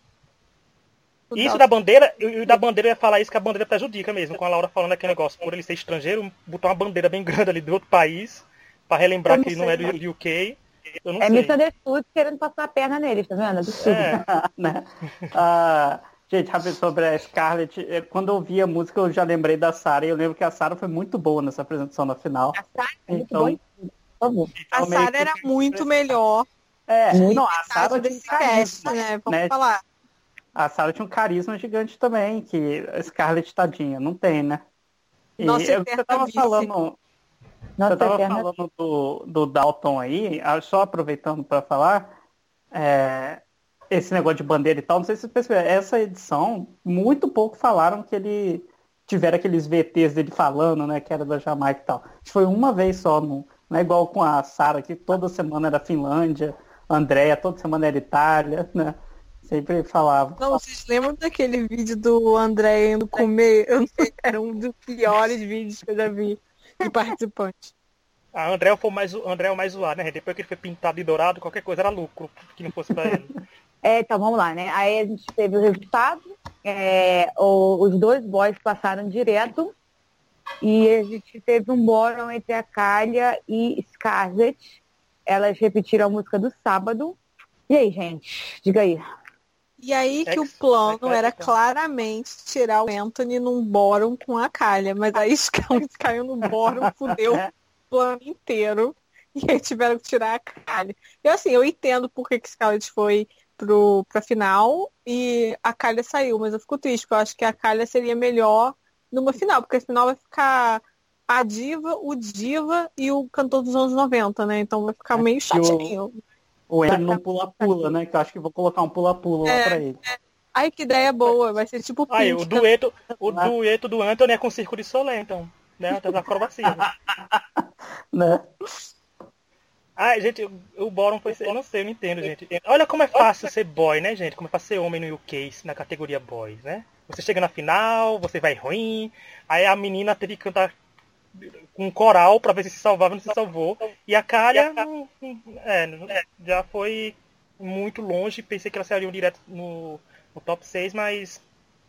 Isso da bandeira, e o da bandeira eu ia falar isso, que a bandeira prejudica mesmo, com a Laura falando aquele negócio, por ele ser estrangeiro, botar uma bandeira bem grande ali de outro país, pra relembrar Eu não que ele não sei, é do U K. Eu não É sei. Misunderstood querendo passar a perna neles, tá vendo? Absurdo. É, Né? Ah, gente, rápido sobre a Scarlett. eh, Quando eu vi a música, eu já lembrei da Sarah. E eu lembro que a Sarah foi muito boa nessa apresentação na final. A Sarah é muito Então- boa em tudo, por favor. A Então, meio Sarah que- era muito melhor. É, Muito não, a Sarah tinha um desse cast, carisma, né? Vamos né? falar. A Sarah tinha um carisma gigante também, que a Scarlett, tadinha, não tem, né? E Nossa, eu- você tava eterna falando, Nossa, você tava eterna- falando do, do Dalton aí, ah, só aproveitando para falar, é, esse negócio de bandeira e tal, não sei se vocês perceberam, essa edição, muito pouco falaram que ele tiveram aqueles V Ts dele falando, né, que era da Jamaica e tal. Acho que foi uma vez só, não, não é igual com a Sarah, que toda semana era Finlândia, Andréia, toda semana era Itália, né? Sempre falava. Não, vocês lembram daquele vídeo do André indo comer? Eu não sei, era um dos piores vídeos que eu já vi de participante. a André foi o mais, o André é o mais zoado, né? Depois que ele foi pintado de dourado, qualquer coisa era lucro, que não fosse pra ele. É, então vamos lá, né? Aí a gente teve o resultado, é, o- os dois boys passaram direto e a gente teve um bórum entre a Kalha e Scarlett. Elas repetiram a música do sábado. E aí, gente? Diga aí. E aí que o Ex- plano ex- era ex- claramente tirar o Anthony num bórum com a Kalha, mas aí Scarlett caiu no bórum, fudeu o plano inteiro. E aí tiveram que tirar a Kalha. Eu assim, eu entendo por que que Scarlett foi pro, pra final e a Kalha saiu, mas eu fico triste, porque eu acho que a Kalha seria melhor numa final, porque a final vai ficar a diva, o diva e o cantor dos anos noventa, né? Então vai ficar meio chatinho. Ou entra no pula-pula, né? Que eu acho que vou colocar um pula-pula É. lá pra ele. Ai, que ideia boa, vai ser tipo Aí, Pink, o dueto, o dueto do Anthony é com o Circo de Solé, então. Né? Tá na acrobacia. Né? Ah, gente, o Boron foi ser, eu não sei, eu não entendo, gente. Olha como é fácil ser boy, né, gente? Como é fácil ser homem no U K, na categoria boys, né? Você chega na final, você vai ruim, aí a menina teve que cantar com um coral pra ver se se salvava, não se salvou. E a Kalha, não- não- é, não- é, já foi muito longe, pensei que elas sairiam direto no, no top seis, mas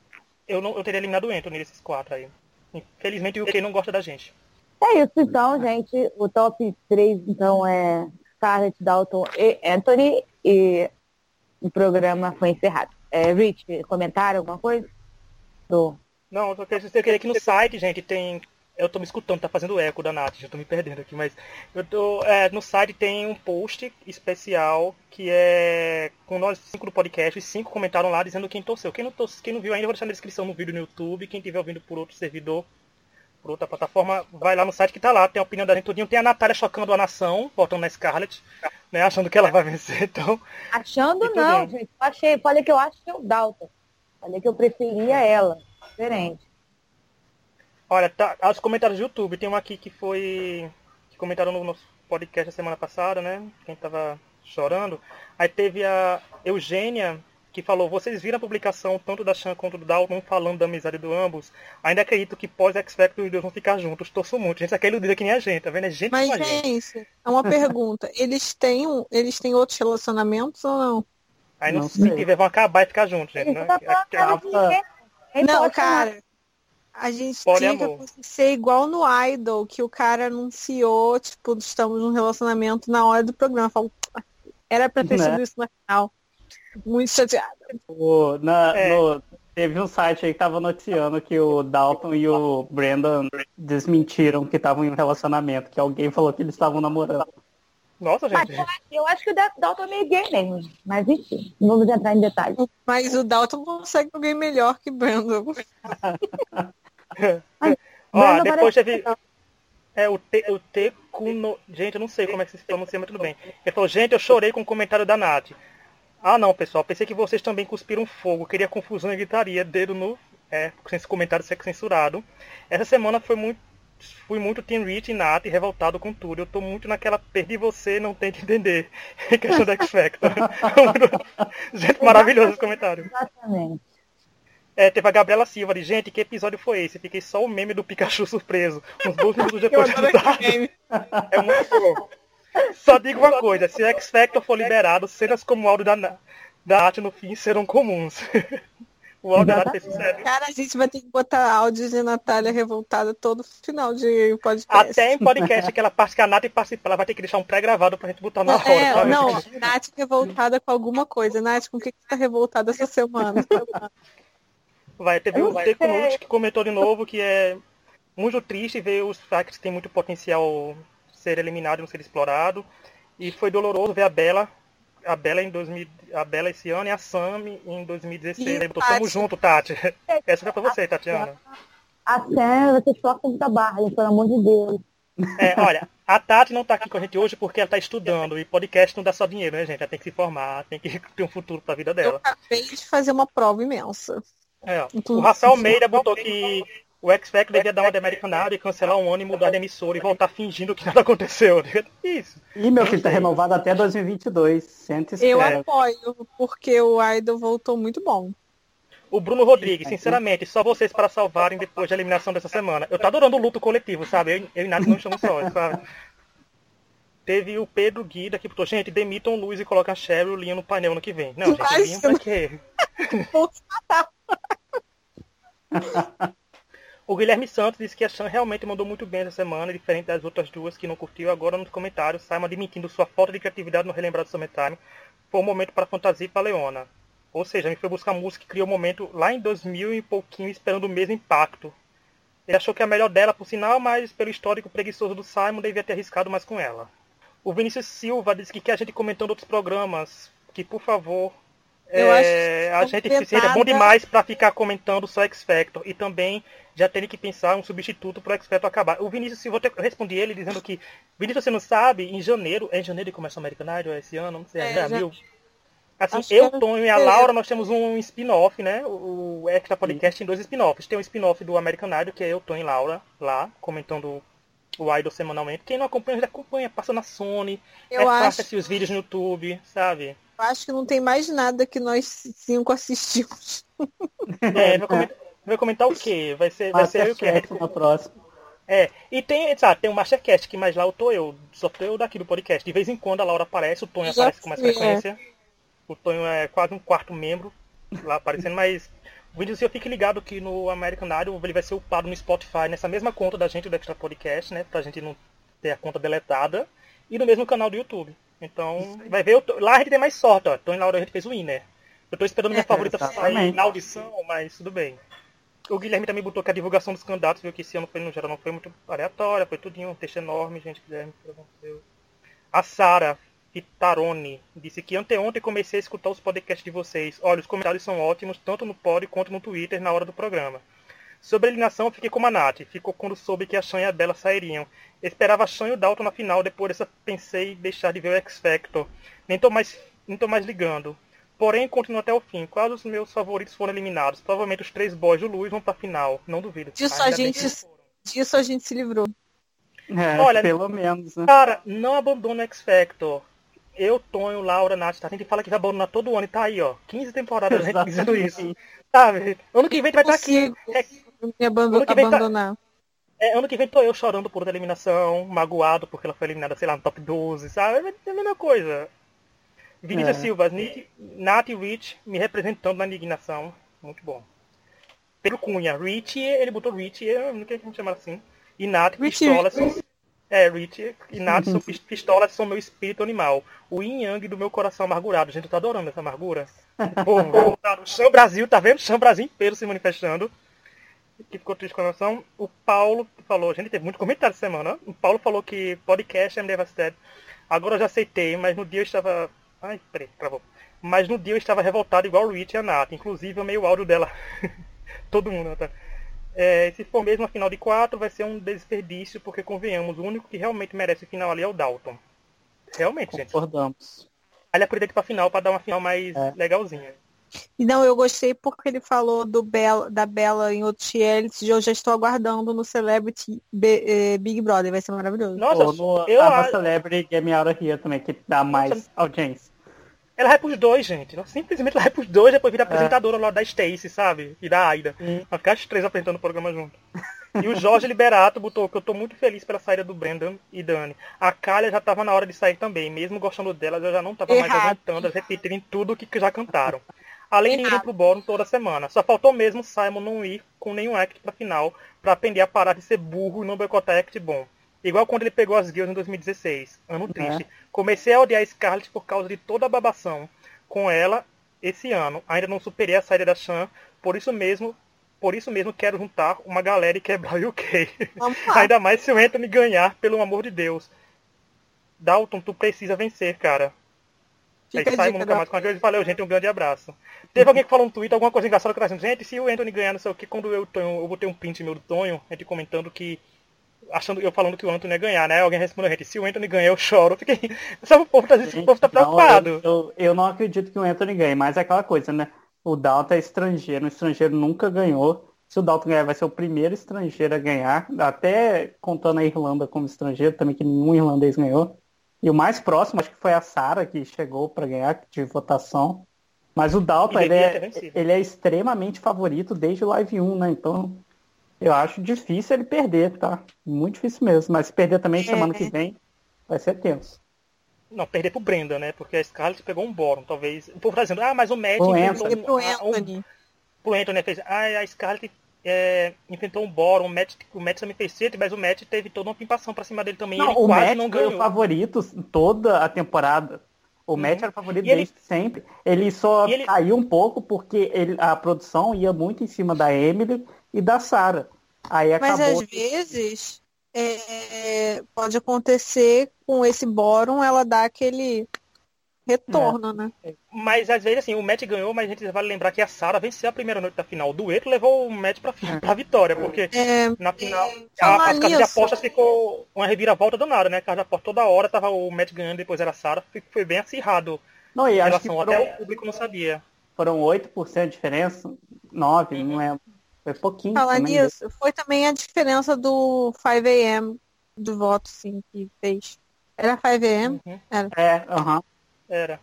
eu, não, eu teria eliminado o Anthony desses quatro aí. Infelizmente o U K não gosta da gente. É isso então, gente. O top três, então, é Scarlett, Dalton e Anthony. E o programa foi encerrado. É, Rich, comentário, alguma coisa? Do... Não, eu só queria dizer que no site, gente, tem... Eu tô me escutando, tá fazendo eco da Nath, já tô me perdendo aqui, mas eu tô, é, no site tem um post especial que é com nós cinco do podcast, os cinco comentaram lá dizendo quem torceu. Quem não, torce, quem não viu ainda, eu vou deixar na descrição no vídeo no YouTube. Quem estiver ouvindo por outro servidor, por outra plataforma, vai lá no site que tá lá, tem a opinião da gente tudinho. Tem a Natália chocando a nação, votando na Scarlett, né, achando que ela vai vencer, então... Achando não, gente. Eu achei, falei que eu acho que é o Dalton. Falei que eu preferia ela. Diferente. Olha, tá, os comentários do YouTube, tem um aqui que foi... que comentaram no nosso podcast a semana passada, né? Quem tava chorando. Aí teve a Eugênia, que falou: vocês viram a publicação tanto da Chan quanto do Dalton falando da amizade do ambos? Ainda acredito que pós-X Factor os dois vão ficar juntos. Torço muito. Gente, aquele iludida que nem a gente, tá vendo? É gente Mas, com a gente. gente, é uma pergunta. Eles têm, um, eles têm outros relacionamentos ou não? Aí Não não, sei. se tiver, vão acabar e ficar juntos, gente. Isso Né? tá falando de ninguém. Quem Não, pode chamar? cara, a gente Poliamor. tinha que acontecer igual no Idol, que o cara anunciou, tipo, estamos num relacionamento na hora do programa. Falou, era pra ter Né? sido isso no final. Muito chateada. O, na, É. no- teve um site aí que tava noticiando que o Dalton e o Brandon desmentiram que estavam em um relacionamento, que alguém falou que eles estavam namorando. Nossa, Mas gente. eu acho, eu acho que o Dalton é meio gay mesmo. Mas enfim, não vamos entrar em detalhes. Mas o Dalton consegue alguém melhor que Brandon. Ó, Brandon depois parece- teve... É, o, te, o Tecuno... Gente, eu não sei como é que se pronuncia, mas tudo bem. Ele falou: gente, eu chorei com o comentário da Nath. Ah, não, pessoal, pensei que vocês também cuspiram fogo. Queria confusão e gritaria. Dedo no... É, com esse comentário ser censurado. Essa semana foi muito... Fui muito Team Rich e Nath, revoltado com tudo. Eu tô muito naquela perdi você, não tente entender. Questão do X Factor. Gente, maravilhoso esse comentário. Exatamente. É, teve a Gabriela Silva de: gente, que episódio foi esse? Fiquei só o meme do Pikachu surpreso. Uns dois minutos Eu depois adoro do esse meme. É muito bom. Só digo uma coisa: se o X Factor for liberado, cenas como o áudio da, Na- da Nath no fim serão comuns. O áudio da Nath fez sucesso. Cara, a gente vai ter que botar áudios de Natália revoltada todo final de podcast. Até em podcast, aquela parte que a Nath participa, ela vai ter que deixar um pré-gravado pra gente botar na hora. É, sabe? não, Nath revoltada com alguma coisa. Nath, com o que que você tá revoltada essa semana? Vai, teve Eu o não Teco sei. Nut que comentou de novo que é muito triste ver os facts que tem muito potencial ser eliminado e não ser explorado. E foi doloroso ver a Bela, a Bela em dois mil, a Bela esse ano e a Sam em dois mil e dezesseis. E Aí botou: Tati. tamo junto, Tati. Essa foi pra você, Tatiana. A Sam, vocês forçam muita barra, gente, pelo amor de Deus. É, olha, a Tati não tá aqui com a gente hoje porque ela tá estudando. E podcast não dá só dinheiro, né, gente? Ela tem que se formar, tem que ter um futuro pra vida Eu dela. acabei de fazer uma prova imensa. É, ó. O Inclusive. Rafael Almeida botou que o X Factor devia dar uma de American Idol e cancelar um ano e mudar de emissora e voltar fingindo que nada aconteceu. Isso. Ih, meu filho, tá renovado até dois mil e vinte e dois. Senta e Eu espera. apoio, porque o Idol voltou muito bom. O Bruno Rodrigues, sinceramente, só vocês para salvarem depois da eliminação dessa semana. Eu tô adorando o luto coletivo, sabe? Eu, eu e Nath não estamos sós, sabe? Teve o Pedro Guida que botou: gente, demitam o Luiz e coloca a Cheryl e o Linha no painel ano que vem. Não, gente, Mas- Linha pra quê? Vou se matar. O Guilherme Santos disse que a Chan realmente mandou muito bem essa semana, diferente das outras duas que não curtiu. Agora nos comentários, Simon admitindo sua falta de criatividade no relembrado Summertime. Foi um momento para fantasia e para Leona. Ou seja, ele foi buscar música e criou um momento lá em dois mil e pouquinho, esperando o mesmo impacto. Ele achou que a melhor dela, por sinal, mas pelo histórico preguiçoso do Simon, devia ter arriscado mais com ela. O Vinícius Silva disse que quer a gente comentando outros programas, que por favor, Eu é, acho a gente completada- se é bom demais para ficar comentando só X Factor e também já tem que pensar um substituto para o X Factor acabar. O Vinícius Silva, eu respondi ele dizendo que: Vinícius, você não sabe, em janeiro, é em janeiro que começa o American Idol, é esse ano, não sei, É, é, já- abril. Assim, Acho eu, que é Tonho e a fevereiro. Laura, nós temos um spin-off, né? O o Extra Podcast tem dois spin-offs. Tem um spin-off do American Idol, que é eu, Tonho e Laura, lá, comentando o Idol semanalmente. Quem não acompanha, já acompanha, passa na Sony, é Eu fácil acho, assistir os vídeos no YouTube, sabe? eu acho que não tem mais nada que nós cinco assistimos. É, vai comentar, vai comentar o quê? Vai ser, vai ser eu que Masterchef na próxima. É, e tem, sabe, tem o Mastercast, que mais lá eu tô eu, só tô eu daqui do podcast. De vez em quando a Laura aparece, o Tonho Já aparece com mais fui, é. frequência. O Tonho é quase um quarto membro lá aparecendo, mas Vinícius Silva, fique ligado que no American Idol ele vai ser upado no Spotify, nessa mesma conta da gente do Extra Podcast, né? Pra gente não ter a conta deletada. E no mesmo canal do YouTube. Então, vai ver, lá a gente tem mais sorte, ó. Então, em Laura a gente fez o winner. Eu tô esperando minha É, favorita exatamente. sair na audição, mas tudo bem. O Guilherme também botou que a divulgação dos candidatos, viu que esse ano foi, no geral, não foi muito aleatória, foi tudinho, um texto enorme, gente, Guilherme, que aconteceu. A Sara Fitarone disse que anteontem comecei a escutar os podcasts de vocês. Olha, os comentários são ótimos, tanto no pod quanto no Twitter, na hora do programa. Sobre a eliminação, eu fiquei como a Nath. Ficou quando soube que a Shan e a Bella sairiam. Eu esperava a Shan e o Dalton na final, depois dessa pensei em deixar de ver o X Factor. Nem tô mais, nem tô mais ligando. Porém, continuo até o fim. Quais os meus favoritos foram eliminados? Provavelmente os três boys do Luiz vão pra final. Não duvido. Disso, Ainda a bem gente, que eles foram. disso a gente se livrou. É, Olha, pelo menos, né? Cara, não abandona o X Factor. Eu, Tonho, Laura, Nath, tá? A gente fala que vai abandonar todo ano e tá aí, ó. quinze temporadas a gente dizendo isso. Sabe? Ano que vem tu vai estar aqui. É, Me abando- Ano que vem tá- abandonar. é, ano que vem tô eu chorando por outra eliminação, magoado porque ela foi eliminada, sei lá, no top doze, sabe? É a mesma coisa. Vinícius É. Silva, Nick, Nath e Rich me representando na indignação. Muito bom. Pedro Cunha, Rich, ele botou Rich, eu não quero que a gente chamar assim. E Nath, Rich, pistolas. São, é, Rich e Nath são pis- pistolas, são meu espírito animal. O yin yang do meu coração amargurado. Gente, eu tô adorando essa amargura. Pô, voltaram. O Chão Brasil, tá vendo? O Chão Brasil inteiro se manifestando. Que ficou triste com a noção. O Paulo falou, gente, teve muito comentário essa semana. O Paulo falou que podcast é devastated. Agora eu já aceitei, mas no dia eu estava. Ai, peraí, travou. Mas no dia eu estava revoltado igual o Rich e a Nath. Inclusive eu amei o áudio dela. Todo mundo, tá? É, se for mesmo a final de quatro, vai ser um desperdício, porque convenhamos, o único que realmente merece final ali é o Dalton. Realmente, gente. Concordamos. Ele é por ir pra final pra dar uma final mais É. legalzinha. E não, eu gostei porque ele falou do Bella, da Bella em outros realities e eu já estou aguardando no Celebrity B- eh, Big Brother, vai ser maravilhoso. Nossa, Ou no eu Ava acho. Celebrity Game Out of Here também, que dá mais audiência. Ela vai pros dois, gente. Ela simplesmente ela vai pros dois, depois vira apresentadora lá da Stacy, sabe? E da Aida. Sim. Vai ficar os três apresentando o programa junto. E o Jorge Liberato botou que eu tô muito feliz pela saída do Brandon e Dani. A Kalia já tava na hora de sair também. Mesmo gostando delas, eu já não tava mais Errado. aguentando elas repetirem tudo que já cantaram. Além de irem pro bórum toda semana. Só faltou mesmo Simon não ir com nenhum act pra final, pra aprender a parar de ser burro e não boicotar act bom. Igual quando ele pegou as girls em dois mil e dezesseis. Ano triste. Comecei a odiar a Scarlett por causa de toda a babação com ela esse ano. Ainda não superei a saída da Shan, por isso mesmo, por isso mesmo quero juntar uma galera e quebrar o U K. Vamos lá. Ainda mais se o Anthony ganhar, pelo amor de Deus. Dalton, tu precisa vencer, cara. Fica a Aí Simon dica, nunca mais com a gente. Valeu, gente, um grande abraço. Teve alguém que falou no Twitter alguma coisa engraçada que tá dizendo, gente, se o Anthony ganhar, não sei o que, quando eu, Tonho, eu botei um print meu do Tonho, a gente comentando que achando, eu falando que o Anthony ia ganhar, né? Alguém respondeu, gente, se o Anthony ganhar, eu choro. Eu fiquei. Sabe, o povo tá, o povo tá preocupado. Não, eu, eu, eu não acredito que o Anthony ganhe, mas é aquela coisa, né? O Dalton é estrangeiro, o estrangeiro nunca ganhou. Se o Dalton ganhar, vai ser o primeiro estrangeiro a ganhar, até contando a Irlanda como estrangeiro, também que nenhum irlandês ganhou. E o mais próximo, acho que foi a Sarah, que chegou para ganhar de votação. Mas o Dalton, E ele devia ter é, vencido. ele é extremamente favorito desde o Live um, né? Então, eu acho difícil ele perder, tá? Muito difícil mesmo. Mas se perder também semana que vem, vai ser tenso. Não, perder pro Brenda, né? Porque a Scarlett pegou um bórum, talvez. O povo tá dizendo, ah, mas o Matt O enfrentou Anthony. um, Pro ah, um, Anthony. pro Anthony fez. Ah, a Scarlett é, enfrentou um bórum, o Matt, o Matt também fez sete, mas o Matt teve toda uma pimpação pra cima dele também. Não, ele o quase Matt não foi o ganhou. favorito toda a temporada. O Uhum. Matt era o favorito E ele- desde sempre. Ele só E ele- caiu um pouco porque ele- a produção ia muito em cima da Emily e da Sarah. Aí Mas acabou. às vezes é, pode acontecer com esse bórum, ela dá aquele retorno, né? Mas às vezes assim, o Matt ganhou, mas a gente vale lembrar que a Sarah venceu a primeira noite da final. O dueto levou o Matt pra, pra vitória, porque É, na final falar a, as casas de nisso- apostas ficou uma reviravolta danada, né? A casa de aposta toda hora tava o Matt ganhando, depois era a Sarah, foi, foi bem acirrado. Não, e Em acho que relação foram, até o público não sabia. foram oito por cento de diferença. nove, não é. Foi pouquinho. falar também. nisso, foi também a diferença do cinco a m do voto, sim, que fez. Era cinco a m Uhum. É, aham. Era.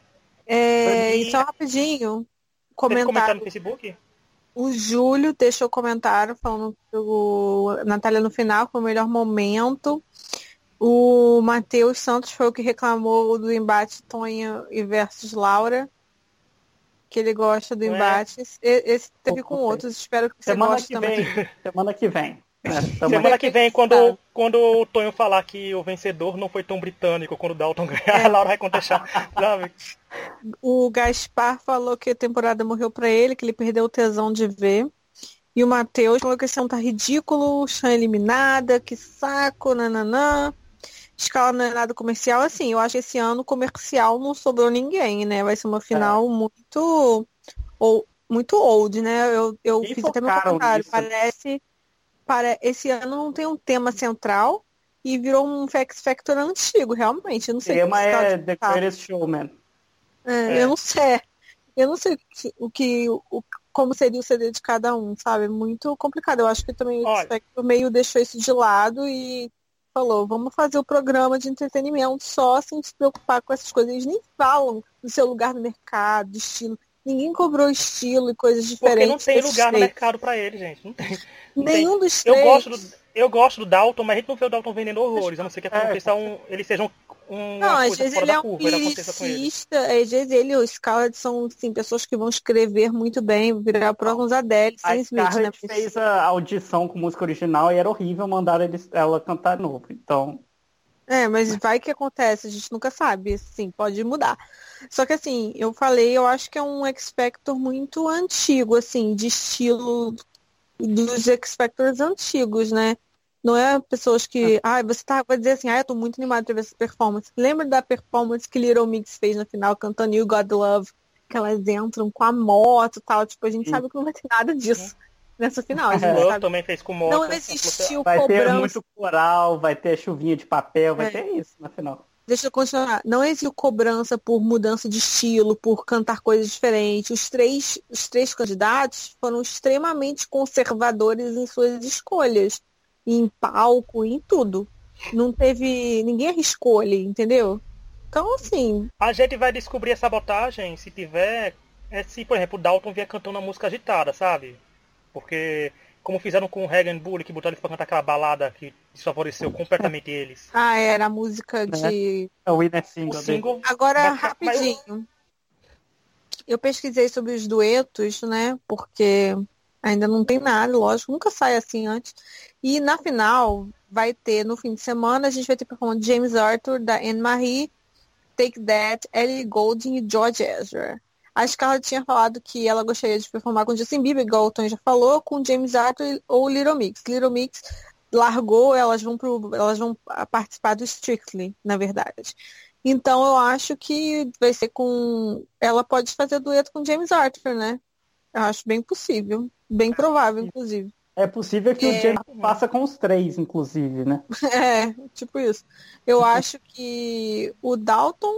É, E- e só rapidinho, Teve comentário comentário. no Facebook? O Júlio deixou comentário falando que o Natália no final foi o melhor momento. O Matheus Santos foi o que reclamou do embate Tonha e versus Laura. que ele gosta do Não é? embate. Esse, esse teve com Ok. outros, espero que você Semana goste que também. vem. Semana que vem. né? Tamo Semana aí. que vem, quando, quando o Tonho falar que o vencedor não foi tão britânico, quando o Dalton ganhar, a Laura vai contestar. Sabe? O Gaspar falou que a temporada morreu pra ele, que ele perdeu o tesão de ver. E o Matheus falou que esse ano tá ridículo, Chan eliminada, que saco, nananã. Escala não é nada comercial. Assim, eu acho que esse ano comercial não sobrou ninguém, né? Vai ser uma final muito, ou, muito old, né? Eu, eu E fiz até meu focaram comentário. nisso. Parece, para esse ano não tem um tema central e virou um X Factor antigo, realmente. Eu não O sei tema que escala é de The tá. Greatest Showman. É, É. Eu não sei. Eu não sei o que, o que o, como seria o C D de cada um, sabe? É muito complicado. Eu acho que também o Olha. X Factor meio deixou isso de lado e falou, vamos fazer o programa de entretenimento só sem se preocupar com essas coisas. Eles nem falam do seu lugar no mercado, do estilo. Ninguém cobrou estilo e coisas Porque diferentes. não tem desses lugar no três. mercado pra ele, gente. Não tem. Não tem. Nenhum dos Eu três. gosto do, eu gosto do Dalton, mas a gente não vê o Dalton vendendo horrores. A não ser que É. aconteça um, ele seja um, um, Não, uma às coisa vezes fora ele da é um curva. Ele aconteça com ele. lyricista, às vezes ele e o Scarlett são assim, pessoas que vão escrever muito bem, virar próximos Adele, A sem Smith, né? Scarlett fez a audição com música original e era horrível, mandaram eles, ela cantar de novo. Então, É, mas vai que acontece, a gente nunca sabe, assim, pode mudar. Só que assim, eu falei, eu acho que é um X Factor muito antigo, assim, de estilo dos X Factors antigos, né? Não é pessoas que, ah, você tá, vai dizer assim, ah, eu tô muito animada pra ver essa performance. Lembra da performance que Little Mix fez no final, cantando You Got Love, que elas entram com a moto e tal, tipo, a gente Sim. sabe que não vai ter nada disso nessa final, a O gente Love sabe. também fez com moto. Não existiu vai ter cobrança. muito coral, vai ter chuvinha de papel, vai É. ter isso na final. Deixa eu continuar. Não existiu cobrança por mudança de estilo, por cantar coisas diferentes. Os três, os três candidatos foram extremamente conservadores em suas escolhas. Em palco, em tudo. Não teve. Ninguém arriscou ali, entendeu? Então, assim. A gente vai descobrir a sabotagem se tiver. É, se, por exemplo, o Dalton vier cantando uma música agitada, sabe? Porque, como fizeram com o Hagen Bully, que botaram eles pra cantar aquela balada que desfavoreceu completamente eles. Ah, era a música de. É o winner O single dele. single. Agora, Mas- mas- rapidinho. Eu pesquisei sobre os duetos, né? Porque ainda não tem nada, lógico, nunca sai assim antes. E na final vai ter, no fim de semana, a gente vai ter performance de James Arthur, da Anne-Marie, Take That, Ellie Goulding e George Ezra. A Scarlett tinha falado que ela gostaria de performar com Justin Bieber, igual o Tom já falou, com James Arthur ou Little Mix. Little Mix largou, elas vão, pro, elas vão participar do Strictly, na verdade. Então eu acho que vai ser com. Ela pode fazer dueto com James Arthur, né? Eu acho bem possível. Bem provável, inclusive. É possível que É. o James faça com os três, inclusive, né? É, tipo isso. Eu acho que o Dalton.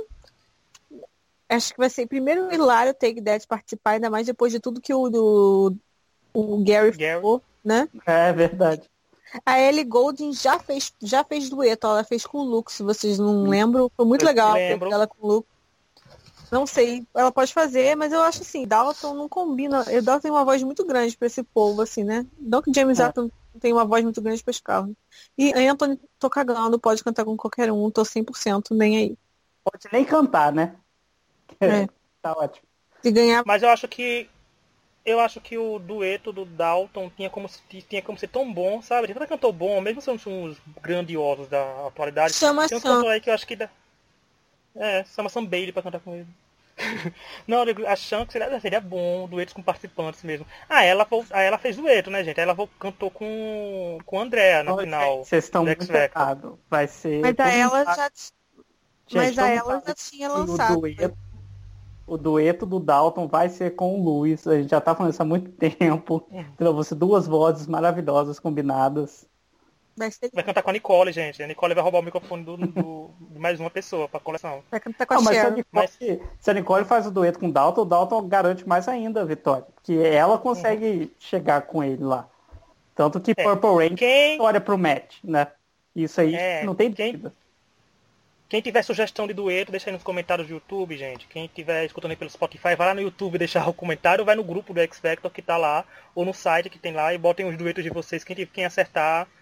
Acho que vai ser primeiro o Hilário Take That participar, ainda mais depois de tudo que o, do, o Gary, Gary. falou, né? É verdade. A Ellie Goulding já fez, já fez dueto, ela fez com o Luke, se vocês não lembram. Foi muito Eu legal a lembro. ela com o Luke. Não sei, ela pode fazer, mas eu acho assim, Dalton não combina. O Dalton tem uma voz muito grande pra esse povo, assim, né? Não que James É. Arthur tem uma voz muito grande pra esse carro. E Anthony, tô cagando, pode cantar com qualquer um, tô cem por cento nem aí. Pode nem cantar, né? É. Tá ótimo. Se ganhar, Mas eu acho que. Eu acho que o dueto do Dalton tinha como, se- tinha como ser tão bom, sabe? Ele até cantou bom, mesmo sendo uns grandiosos da atualidade. chama Tem uns Sam. cantores aí que eu acho que dá. É, chama Sam Bailey pra cantar com ele. Não, eu digo, achando que seria, seria bom, duetos com participantes mesmo. Ah, ela, vo- ah, ela fez dueto, né, gente? Ela vo- cantou com, com a Andrea na Olha, final. Vocês estão do muito X Factor. errados. Vai ser. Mas a todo ela mundo já, sabe- mas Gente, a todo mundo ela sabe já tinha que lançado. O dueto, o dueto do Dalton vai ser com o Luiz. A gente já tá falando isso há muito tempo. Então, você duas vozes maravilhosas combinadas. Vai, ser, Vai cantar com a Nicole, gente. A Nicole vai roubar o microfone do, do- de mais uma pessoa pra coleção. vai cantar com a Não, mas se a, Cher. Nicole, Mas- se a Nicole faz o dueto com o Dalton, o Dalton garante mais ainda a vitória. Porque ela consegue chegar com ele lá. Tanto que É. Purple Rain Quem, vitória pro match, né? Isso aí É, não tem quem- dúvida. quem tiver sugestão de dueto, deixa aí nos comentários do YouTube, gente. Quem tiver escutando aí pelo Spotify, vai lá no YouTube deixar o comentário, vai no grupo do X Factor que tá lá, ou no site que tem lá, e botem os duetos de vocês. Quem, quem acertar,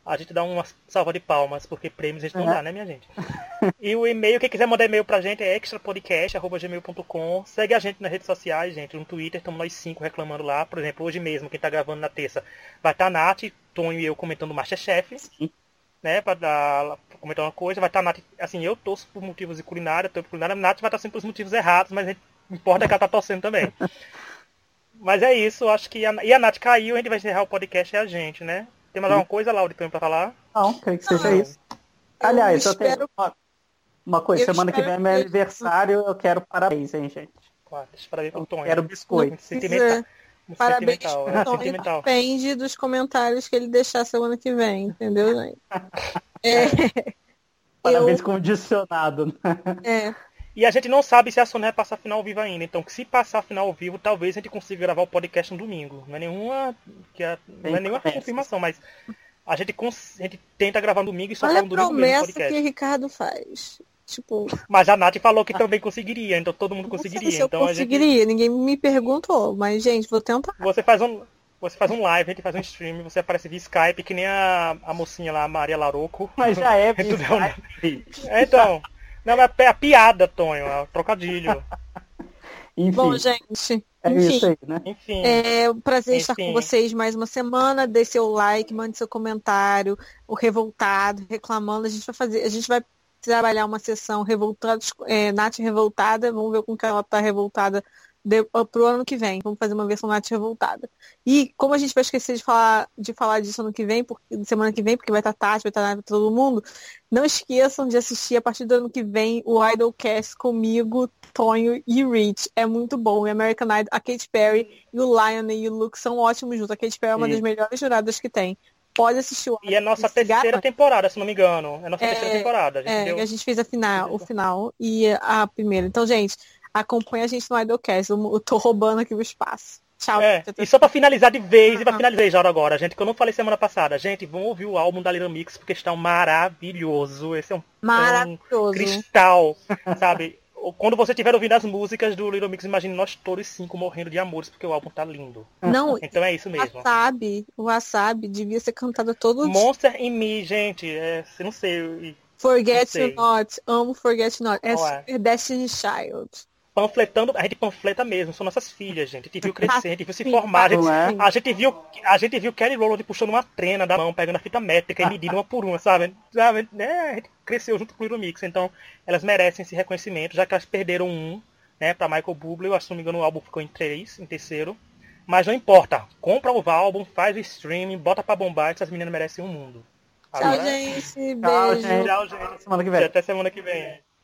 a gente dá uma salva de palmas, porque prêmios a gente não dá, né, minha gente? E o e-mail, quem quiser mandar e-mail pra gente é extrapodcast arroba gmail ponto com. Segue a gente nas redes sociais, gente. No Twitter, estamos nós cinco reclamando lá. Por exemplo, hoje mesmo, quem tá gravando na terça, vai estar tá a Nath, Tonho e eu comentando o Masterchef. Sim. Né, pra, dar, pra comentar uma coisa. Vai estar tá a Nath, assim, eu torço por motivos de culinária, tô por culinária. A Nath vai estar sempre pelos motivos errados, mas a gente, importa é que ela tá torcendo também. Mas é isso, acho que... A, e a Nath caiu, a gente vai encerrar o podcast, é a gente, né? Tem mais alguma coisa, Laura, pra falar? Não, creio que seja não. isso. Aliás, eu, eu tenho uma, uma coisa, eu semana que vem é meu aniversário, eu quero parabéns, hein, gente. Claro, deixa parabéns pro Tonho. Quero biscoito. Sentimental. Parabéns sentimental, pro é, Tonho, sentimental. Depende dos comentários que ele deixar semana que vem, entendeu, gente? É, parabéns eu... condicionado, né? É. E a gente não sabe se a Sony vai passar a final ao vivo ainda. Então, se passar a final ao vivo, talvez a gente consiga gravar o podcast no domingo. Não é nenhuma, que é, não é nenhuma confirmação, mas a gente, cons... a gente tenta gravar no domingo e só Olha fala no domingo mesmo a promessa que o Ricardo faz. Tipo... Mas a Nath falou que também conseguiria, então todo mundo conseguiria. Não sei se eu então conseguiria, a gente... ninguém me perguntou, mas, gente, vou tentar. Você faz um... Você faz um live, a gente faz um stream, você aparece via Skype, que nem a, a mocinha lá, a Maria Laroco. Mas já é via Skype. É, então... Não, mas é a piada, Tonho, é o trocadilho. Enfim, bom, gente, é enfim, isso aí, né? Enfim. É um prazer enfim. estar com vocês mais uma semana. Dê seu like, mande seu comentário, o revoltado, reclamando. A gente vai fazer, a gente vai trabalhar uma sessão revoltados, é, Nath revoltada. Vamos ver com que ela tá revoltada de, pro ano que vem. Vamos fazer uma versão Nath revoltada. E como a gente vai esquecer de falar, de falar disso ano que vem, porque, semana que vem, porque vai estar Tati, vai estar Nath, todo mundo, não esqueçam de assistir a partir do ano que vem o Idolcast comigo, Tonho e Rich. É muito bom. O American Idol, a Katy Perry e o Lion e o Luke são ótimos juntos. A Katy Perry é uma Sim. das melhores juradas que tem. Pode assistir o E é nossa terceira temporada, se não me engano. É nossa é, terceira temporada. A gente, é, deu... a gente fez a final, o final e a primeira. Então, gente, acompanha a gente no Idolcast. Eu, eu tô roubando aqui o espaço. Tchau. É, e só pra finalizar de vez, e pra finalizar já agora, gente, que eu não falei semana passada. Gente, vão ouvir o álbum da Little Mix, porque está maravilhoso. Esse é um, Maravilhoso. É um cristal, sabe? Quando você estiver ouvindo as músicas do Little Mix, imagine nós todos cinco morrendo de amores, porque o álbum tá lindo. Não, então é isso mesmo. O Wasabi, o Wasabi devia ser cantado todo dia. Monster in Me, gente, é, não sei. Forget não sei. You Not, amo Forget You Not. É Qual é? super Destiny Child. Panfletando, a gente panfleta mesmo, são nossas filhas, gente. A gente viu crescer, a gente viu se Sim, formar, a gente, não é? a gente viu, a gente viu Kelly Rowland puxando uma trena da mão, pegando a fita métrica e medindo uma por uma, sabe? sabe? É, a gente cresceu junto com o Little Mix, então elas merecem esse reconhecimento, já que elas perderam um, né, pra Michael Bublé, eu acho que, se não me engano, o álbum ficou em três, em terceiro. Mas não importa, compra o álbum, faz o streaming, bota pra bombar, essas meninas merecem um mundo. Tchau, Agora, gente. Beijo. Tchau, gente. Tchau, gente. Semana que vem. Até semana que vem.